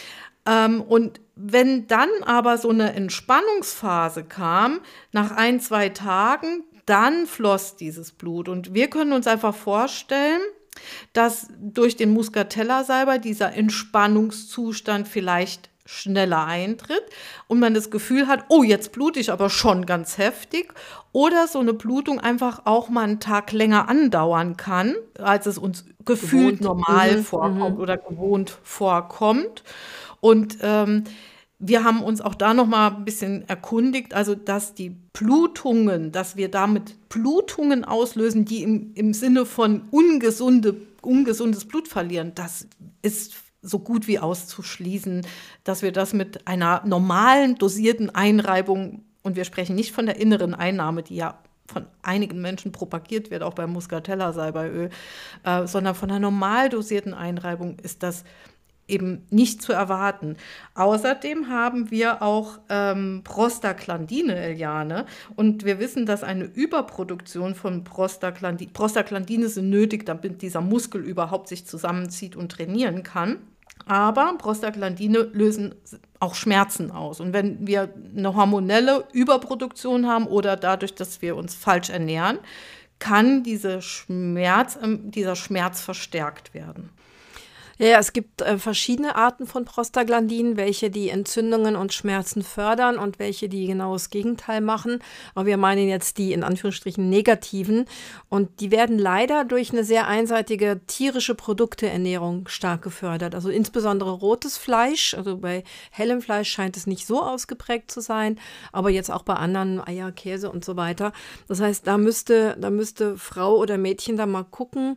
Ähm, und wenn dann aber so eine Entspannungsphase kam, nach ein, zwei Tagen, dann floss dieses Blut. Und wir können uns einfach vorstellen, dass durch den Muscatella-Salbei dieser Entspannungszustand vielleicht schneller eintritt und man das Gefühl hat, oh, jetzt blute ich aber schon ganz heftig, oder so eine Blutung einfach auch mal einen Tag länger andauern kann, als es uns gefühlt Gewohnt. normal Mhm, vorkommt mhm. oder gewohnt vorkommt. Und ähm, wir haben uns auch da noch mal ein bisschen erkundigt, also dass die Blutungen, dass wir damit Blutungen auslösen, die im, im Sinne von ungesunde, ungesundes Blut verlieren, das ist so gut wie auszuschließen, dass wir das mit einer normalen, dosierten Einreibung, und wir sprechen nicht von der inneren Einnahme, die ja von einigen Menschen propagiert wird, auch beim Muscatella-Salbeiöl, äh, sondern von einer normal dosierten Einreibung ist das eben nicht zu erwarten. Außerdem haben wir auch ähm, Prostaglandine, Eliane, und wir wissen, dass eine Überproduktion von Prostaglandine, Prostaglandine sind nötig, damit dieser Muskel überhaupt sich zusammenzieht und trainieren kann. Aber Prostaglandine lösen auch Schmerzen aus. Und wenn wir eine hormonelle Überproduktion haben oder dadurch, dass wir uns falsch ernähren, kann diese Schmerz, dieser Schmerz verstärkt werden. Ja, ja, es gibt äh, verschiedene Arten von Prostaglandinen, welche die Entzündungen und Schmerzen fördern und welche die genau das Gegenteil machen. Aber wir meinen jetzt die in Anführungsstrichen negativen. Und die werden leider durch eine sehr einseitige tierische Produkteernährung stark gefördert. Also insbesondere rotes Fleisch. Also bei hellem Fleisch scheint es nicht so ausgeprägt zu sein, aber jetzt auch bei anderen Eier, Käse und so weiter. Das heißt, da müsste, da müsste Frau oder Mädchen da mal gucken,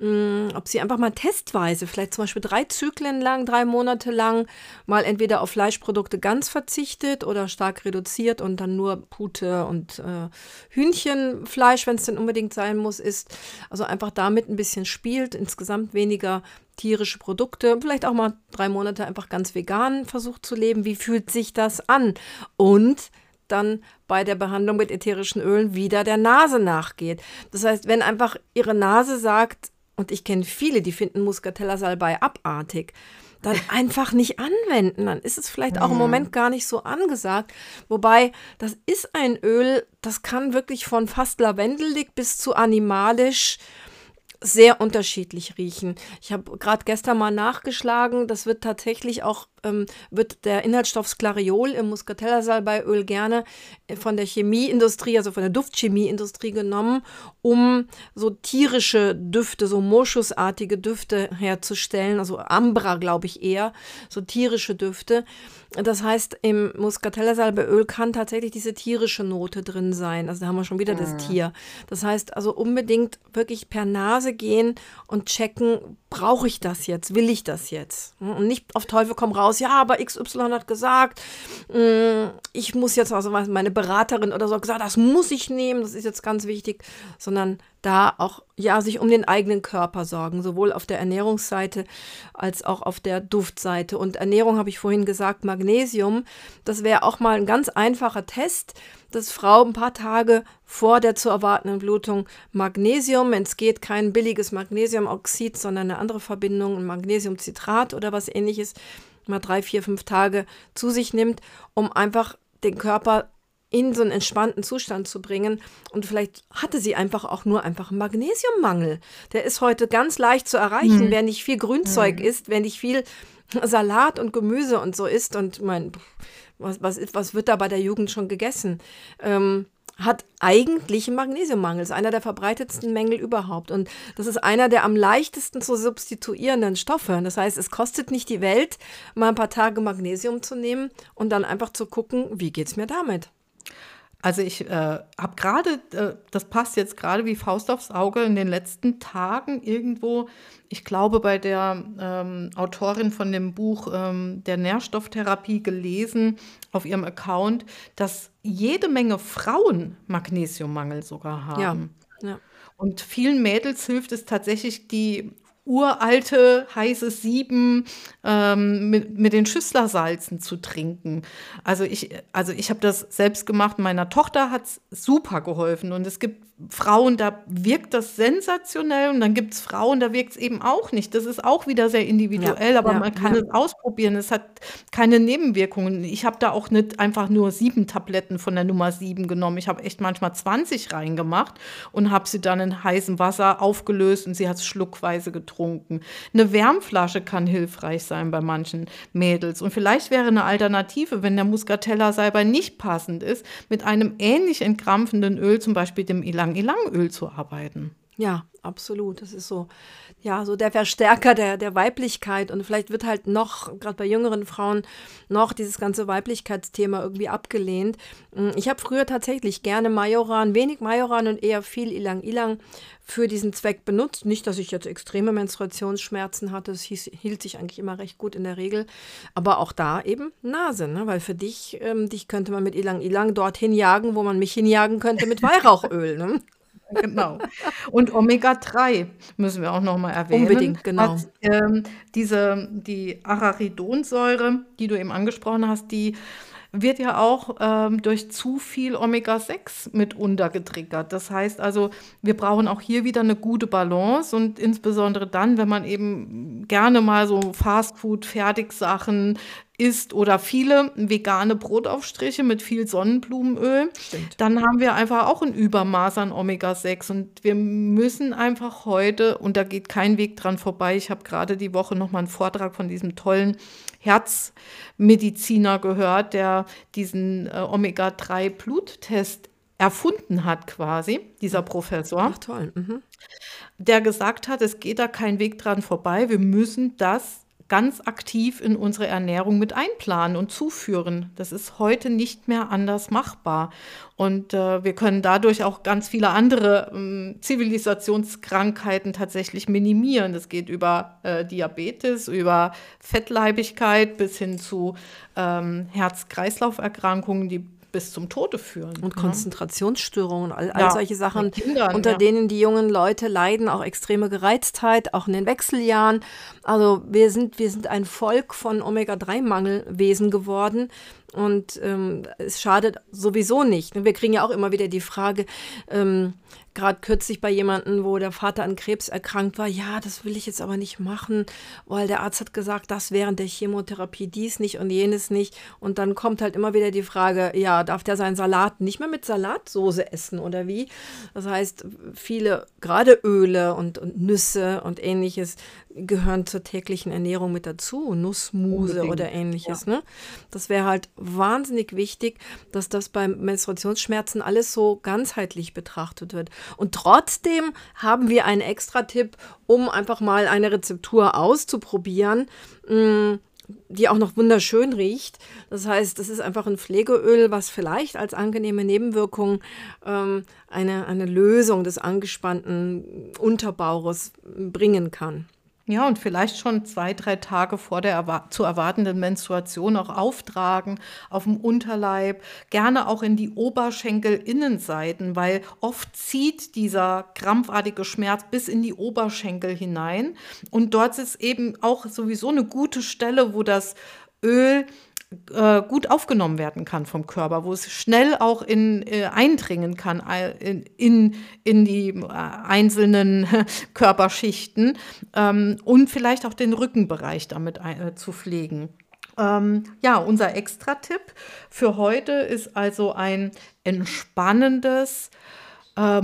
ob sie einfach mal testweise, vielleicht zum Beispiel drei Zyklen lang, drei Monate lang, mal entweder auf Fleischprodukte ganz verzichtet oder stark reduziert und dann nur Pute und äh, Hühnchenfleisch, wenn es denn unbedingt sein muss, isst. Also einfach damit ein bisschen spielt, insgesamt weniger tierische Produkte, vielleicht auch mal drei Monate einfach ganz vegan versucht zu leben. Wie fühlt sich das an? Und dann bei der Behandlung mit ätherischen Ölen wieder der Nase nachgeht. Das heißt, wenn einfach ihre Nase sagt, und ich kenne viele, die finden Muscatella-Salbei abartig, dann einfach nicht anwenden. Dann ist es vielleicht auch im Moment gar nicht so angesagt. Wobei, das ist ein Öl, das kann wirklich von fast lavendelig bis zu animalisch sehr unterschiedlich riechen. Ich habe gerade gestern mal nachgeschlagen, das wird tatsächlich auch, ähm, wird der Inhaltsstoff Sclariol im Muscatella-Salbeiöl gerne von der Chemieindustrie, also von der Duftchemieindustrie genommen, um so tierische Düfte, so moschusartige Düfte herzustellen, also Ambra, glaube ich eher, so tierische Düfte. Das heißt, im Muscatella-Salbeiöl kann tatsächlich diese tierische Note drin sein. Also da haben wir schon wieder das Tier. Das heißt also unbedingt wirklich per Nase gehen und checken, brauche ich das jetzt? Will ich das jetzt? Und nicht auf Teufel komm raus, ja, aber X Y hat gesagt, ich muss jetzt, also meine Beraterin oder so gesagt, das muss ich nehmen, das ist jetzt ganz wichtig, sondern da auch, ja, sich um den eigenen Körper sorgen, sowohl auf der Ernährungsseite als auch auf der Duftseite. Und Ernährung habe ich vorhin gesagt, Magnesium, das wäre auch mal ein ganz einfacher Test, dass Frau ein paar Tage vor der zu erwartenden Blutung Magnesium, wenn es geht, kein billiges Magnesiumoxid, sondern eine andere Verbindung, ein Magnesiumcitrat oder was ähnliches, mal drei, vier, fünf Tage zu sich nimmt, um einfach den Körper in so einen entspannten Zustand zu bringen. Und vielleicht hatte sie einfach auch nur einfach einen Magnesiummangel. Der ist heute ganz leicht zu erreichen, Mhm. wer nicht viel Grünzeug Mhm. isst, wer nicht viel Salat und Gemüse und so isst. Und mein, was, was, ist- was wird da bei der Jugend schon gegessen? Ähm, hat eigentlich einen Magnesiummangel. Das ist einer der verbreitetsten Mängel überhaupt. Und das ist einer der am leichtesten zu substituierenden Stoffe. Das heißt, es kostet nicht die Welt, mal ein paar Tage Magnesium zu nehmen und dann einfach zu gucken, wie geht's mir damit? Also ich äh, habe gerade, äh, das passt jetzt gerade wie Faust aufs Auge, in den letzten Tagen irgendwo, ich glaube bei der ähm, Autorin von dem Buch ähm, der Nährstofftherapie gelesen auf ihrem Account, dass jede Menge Frauen Magnesiummangel sogar Ja, haben. ja. Und vielen Mädels hilft es tatsächlich, die uralte heiße Sieben ähm, mit, mit den Schüsslersalzen zu trinken. Also ich, also ich habe das selbst gemacht. Meiner Tochter hat es super geholfen. Und es gibt Frauen, da wirkt das sensationell. Und dann gibt es Frauen, da wirkt es eben auch nicht. Das ist auch wieder sehr Ja, individuell, aber ja, man kann ja. es ausprobieren. Es hat keine Nebenwirkungen. Ich habe da auch nicht einfach nur sieben Tabletten von der Nummer sieben genommen. Ich habe echt manchmal zwanzig reingemacht und habe sie dann in heißem Wasser aufgelöst und sie hat es schluckweise getrunken. Eine Wärmflasche kann hilfreich sein bei manchen Mädels. Und vielleicht wäre eine Alternative, wenn der Muscatella-Salbei nicht passend ist, mit einem ähnlich entkrampfenden Öl, zum Beispiel dem Ilang-Ilang-Öl, zu arbeiten. Ja, absolut. Das ist so, ja, so der Verstärker der, der Weiblichkeit. Und vielleicht wird halt noch, gerade bei jüngeren Frauen, noch dieses ganze Weiblichkeitsthema irgendwie abgelehnt. Mm, Ich habe früher tatsächlich gerne Majoran, wenig Majoran und eher viel Ilang-Ilang für diesen Zweck benutzt. Nicht, dass ich jetzt extreme Menstruationsschmerzen hatte. Das hieß, hielt sich eigentlich immer recht gut in der Regel. Aber auch da eben Nase, ne? Weil für dich, ähm, dich könnte man mit Ilang-Ilang dorthin jagen, wo man mich hinjagen könnte mit Weihrauchöl, ne? Genau. Und Omega drei müssen wir auch noch mal erwähnen. Unbedingt, genau. Hat, ähm, diese, die Arachidonsäure, die du eben angesprochen hast, die wird ja auch ähm, durch zu viel Omega sechs mitunter getriggert. Das heißt also, wir brauchen auch hier wieder eine gute Balance und insbesondere dann, wenn man eben gerne mal so Fastfood-Fertigsachen isst oder viele vegane Brotaufstriche mit viel Sonnenblumenöl, Stimmt. dann haben wir einfach auch ein Übermaß an Omega sechs und wir müssen einfach heute, und da geht kein Weg dran vorbei, ich habe gerade die Woche noch mal einen Vortrag von diesem tollen Herzmediziner gehört, der diesen äh, Omega drei Bluttest erfunden hat quasi, dieser Professor, Ach toll. Mhm. der gesagt hat, es geht da kein Weg dran vorbei, wir müssen das ganz aktiv in unsere Ernährung mit einplanen und zuführen. Das ist heute nicht mehr anders machbar. Und äh, wir können dadurch auch ganz viele andere ähm, Zivilisationskrankheiten tatsächlich minimieren. Das geht über äh, Diabetes, über Fettleibigkeit bis hin zu ähm, Herz-Kreislauf-Erkrankungen, die bis zum Tode führen. Und Ne? Konzentrationsstörungen, all, all Ja, solche bei Sachen, Kindern, unter ja. denen die jungen Leute leiden, auch extreme Gereiztheit, auch in den Wechseljahren. Also wir sind, wir sind ein Volk von Omega drei Mangelwesen geworden. Und ähm, es schadet sowieso nicht. Wir kriegen ja auch immer wieder die Frage, ähm, gerade kürzlich bei jemandem, wo der Vater an Krebs erkrankt war, ja, das will ich jetzt aber nicht machen, weil der Arzt hat gesagt, das während der Chemotherapie dies nicht und jenes nicht. Und dann kommt halt immer wieder die Frage, ja, darf der seinen Salat nicht mehr mit Salatsoße essen oder wie? Das heißt, viele, gerade Öle und, und Nüsse und ähnliches, gehören zur täglichen Ernährung mit dazu, Nussmuse Unbedingt, oder ähnliches. Ne? Das wäre halt wahnsinnig wichtig, dass das bei Menstruationsschmerzen alles so ganzheitlich betrachtet wird. Und trotzdem haben wir einen Extra-Tipp, um einfach mal eine Rezeptur auszuprobieren, mh, die auch noch wunderschön riecht. Das heißt, das ist einfach ein Pflegeöl, was vielleicht als angenehme Nebenwirkung ähm, eine, eine Lösung des angespannten Unterbauches bringen kann. Ja, und vielleicht schon zwei, drei Tage vor der erwa zu erwartenden Menstruation auch auftragen auf dem Unterleib, gerne auch in die Oberschenkelinnenseiten, weil oft zieht dieser krampfartige Schmerz bis in die Oberschenkel hinein. Und dort ist eben auch sowieso eine gute Stelle, wo das Öl äh, gut aufgenommen werden kann vom Körper, wo es schnell auch in, äh, eindringen kann äh, in, in, in die äh, einzelnen Körperschichten ähm, und vielleicht auch den Rückenbereich damit ein, äh, zu pflegen. Ähm, ja, unser Extra-Tipp für heute ist also ein entspannendes äh,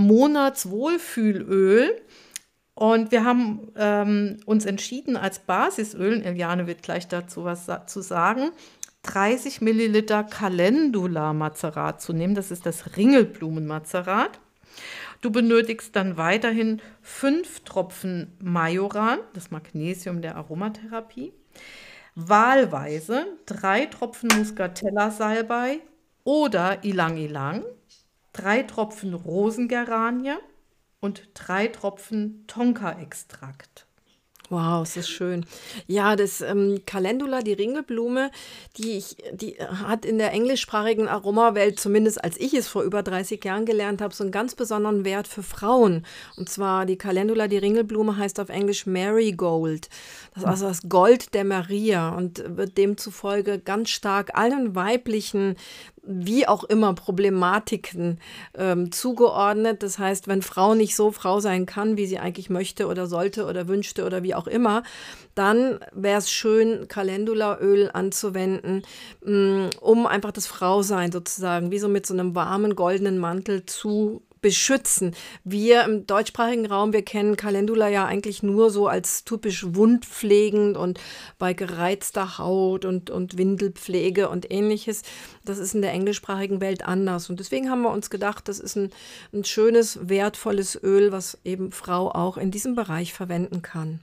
Monatswohlfühlöl. Und wir haben ähm, uns entschieden, als Basisöl, Eliane wird gleich dazu was sa zu sagen, dreißig Milliliter Calendula-Mazerat zu nehmen. Das ist das Ringelblumenmazerat. Du benötigst dann weiterhin fünf Tropfen Majoran, das Magnesium der Aromatherapie, wahlweise drei Tropfen Muscatella-Salbei oder Ylang-Ylang, drei Tropfen Rosengeranie und drei Tropfen Tonka-Extrakt. Wow, es ist schön. Ja, das ähm, Calendula, die Ringelblume, die, ich, die hat in der englischsprachigen Aromawelt, zumindest als ich es vor über dreißig Jahren gelernt habe, so einen ganz besonderen Wert für Frauen. Und zwar die Calendula, die Ringelblume, heißt auf Englisch Marigold. Das ist also das Gold der Maria und wird demzufolge ganz stark allen weiblichen, wie auch immer, Problematiken ähm, zugeordnet. Das heißt, wenn Frau nicht so Frau sein kann, wie sie eigentlich möchte oder sollte oder wünschte oder wie auch immer, dann wäre es schön, Calendulaöl anzuwenden, mh, um einfach das Frausein sozusagen wie so mit so einem warmen, goldenen Mantel zu beschützen. Wir im deutschsprachigen Raum, wir kennen Calendula ja eigentlich nur so als typisch wundpflegend und bei gereizter Haut und, und Windelpflege und ähnliches. Das ist in der englischsprachigen Welt anders. Und deswegen haben wir uns gedacht, das ist ein, ein schönes, wertvolles Öl, was eben Frau auch in diesem Bereich verwenden kann.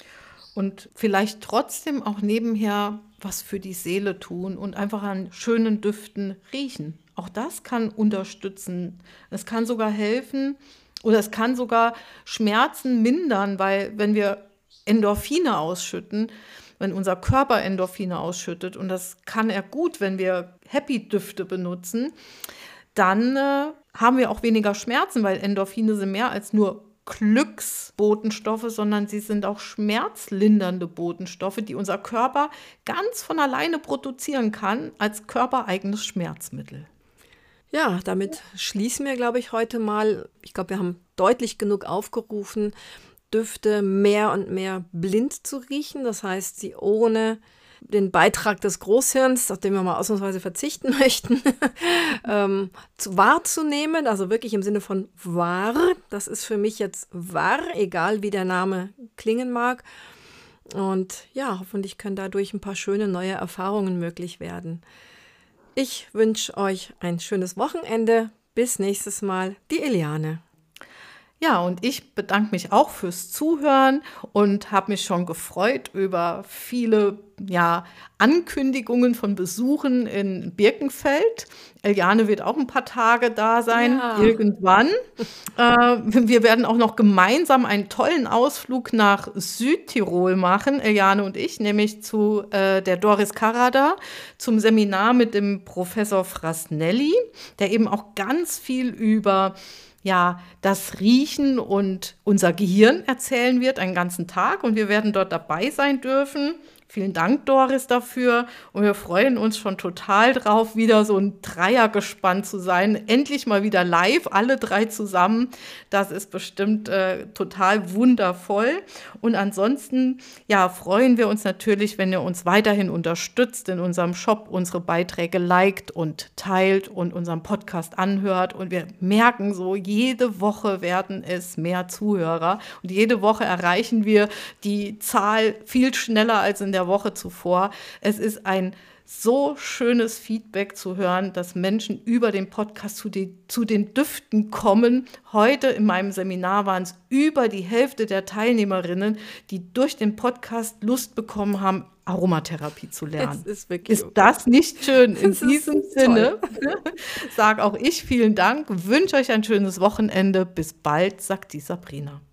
Und vielleicht trotzdem auch nebenher was für die Seele tun und einfach an schönen Düften riechen. Auch das kann unterstützen. Es kann sogar helfen oder es kann sogar Schmerzen mindern, weil wenn wir Endorphine ausschütten, wenn unser Körper Endorphine ausschüttet, und das kann er gut, wenn wir Happy-Düfte benutzen, dann äh, haben wir auch weniger Schmerzen, weil Endorphine sind mehr als nur Glücksbotenstoffe, sondern sie sind auch schmerzlindernde Botenstoffe, die unser Körper ganz von alleine produzieren kann als körpereigenes Schmerzmittel. Ja, damit schließen wir, glaube ich, heute mal. Ich glaube, wir haben deutlich genug aufgerufen, Düfte mehr und mehr blind zu riechen. Das heißt, sie ohne den Beitrag des Großhirns, auf den wir mal ausnahmsweise verzichten möchten, ähm, zu, wahrzunehmen. Also wirklich im Sinne von wahr. Das ist für mich jetzt wahr, egal wie der Name klingen mag. Und ja, hoffentlich können dadurch ein paar schöne neue Erfahrungen möglich werden. Ich wünsche euch ein schönes Wochenende. Bis nächstes Mal, die Eliane. Ja, und ich bedanke mich auch fürs Zuhören und habe mich schon gefreut über viele ja, Ankündigungen von Besuchen in Birkenfeld. Eliane wird auch ein paar Tage da sein, Ja. irgendwann. äh, wir werden auch noch gemeinsam einen tollen Ausflug nach Südtirol machen, Eliane und ich, nämlich zu äh, der Doris Karada, zum Seminar mit dem Professor Frasnelli, der eben auch ganz viel über ja, das Riechen und unser Gehirn erzählen wird, einen ganzen Tag. Und wir werden dort dabei sein dürfen. Vielen Dank, Doris, dafür. Und wir freuen uns schon total drauf, wieder so ein Dreiergespann zu sein. Endlich mal wieder live, alle drei zusammen. Das ist bestimmt äh, total wundervoll. Und ansonsten, ja, freuen wir uns natürlich, wenn ihr uns weiterhin unterstützt in unserem Shop, unsere Beiträge liked und teilt und unseren Podcast anhört. Und wir merken so, jede Woche werden es mehr Zuhörer. Und jede Woche erreichen wir die Zahl viel schneller als in der Woche zuvor. Es ist ein so schönes Feedback zu hören, dass Menschen über den Podcast zu, die, zu den Düften kommen. Heute in meinem Seminar waren es über die Hälfte der Teilnehmerinnen, die durch den Podcast Lust bekommen haben, Aromatherapie zu lernen. Das ist wirklich Ist das nicht schön? In Das ist diesem Sinne sage auch ich vielen Dank, wünsche euch ein schönes Wochenende. Bis bald, sagt die Sabrina.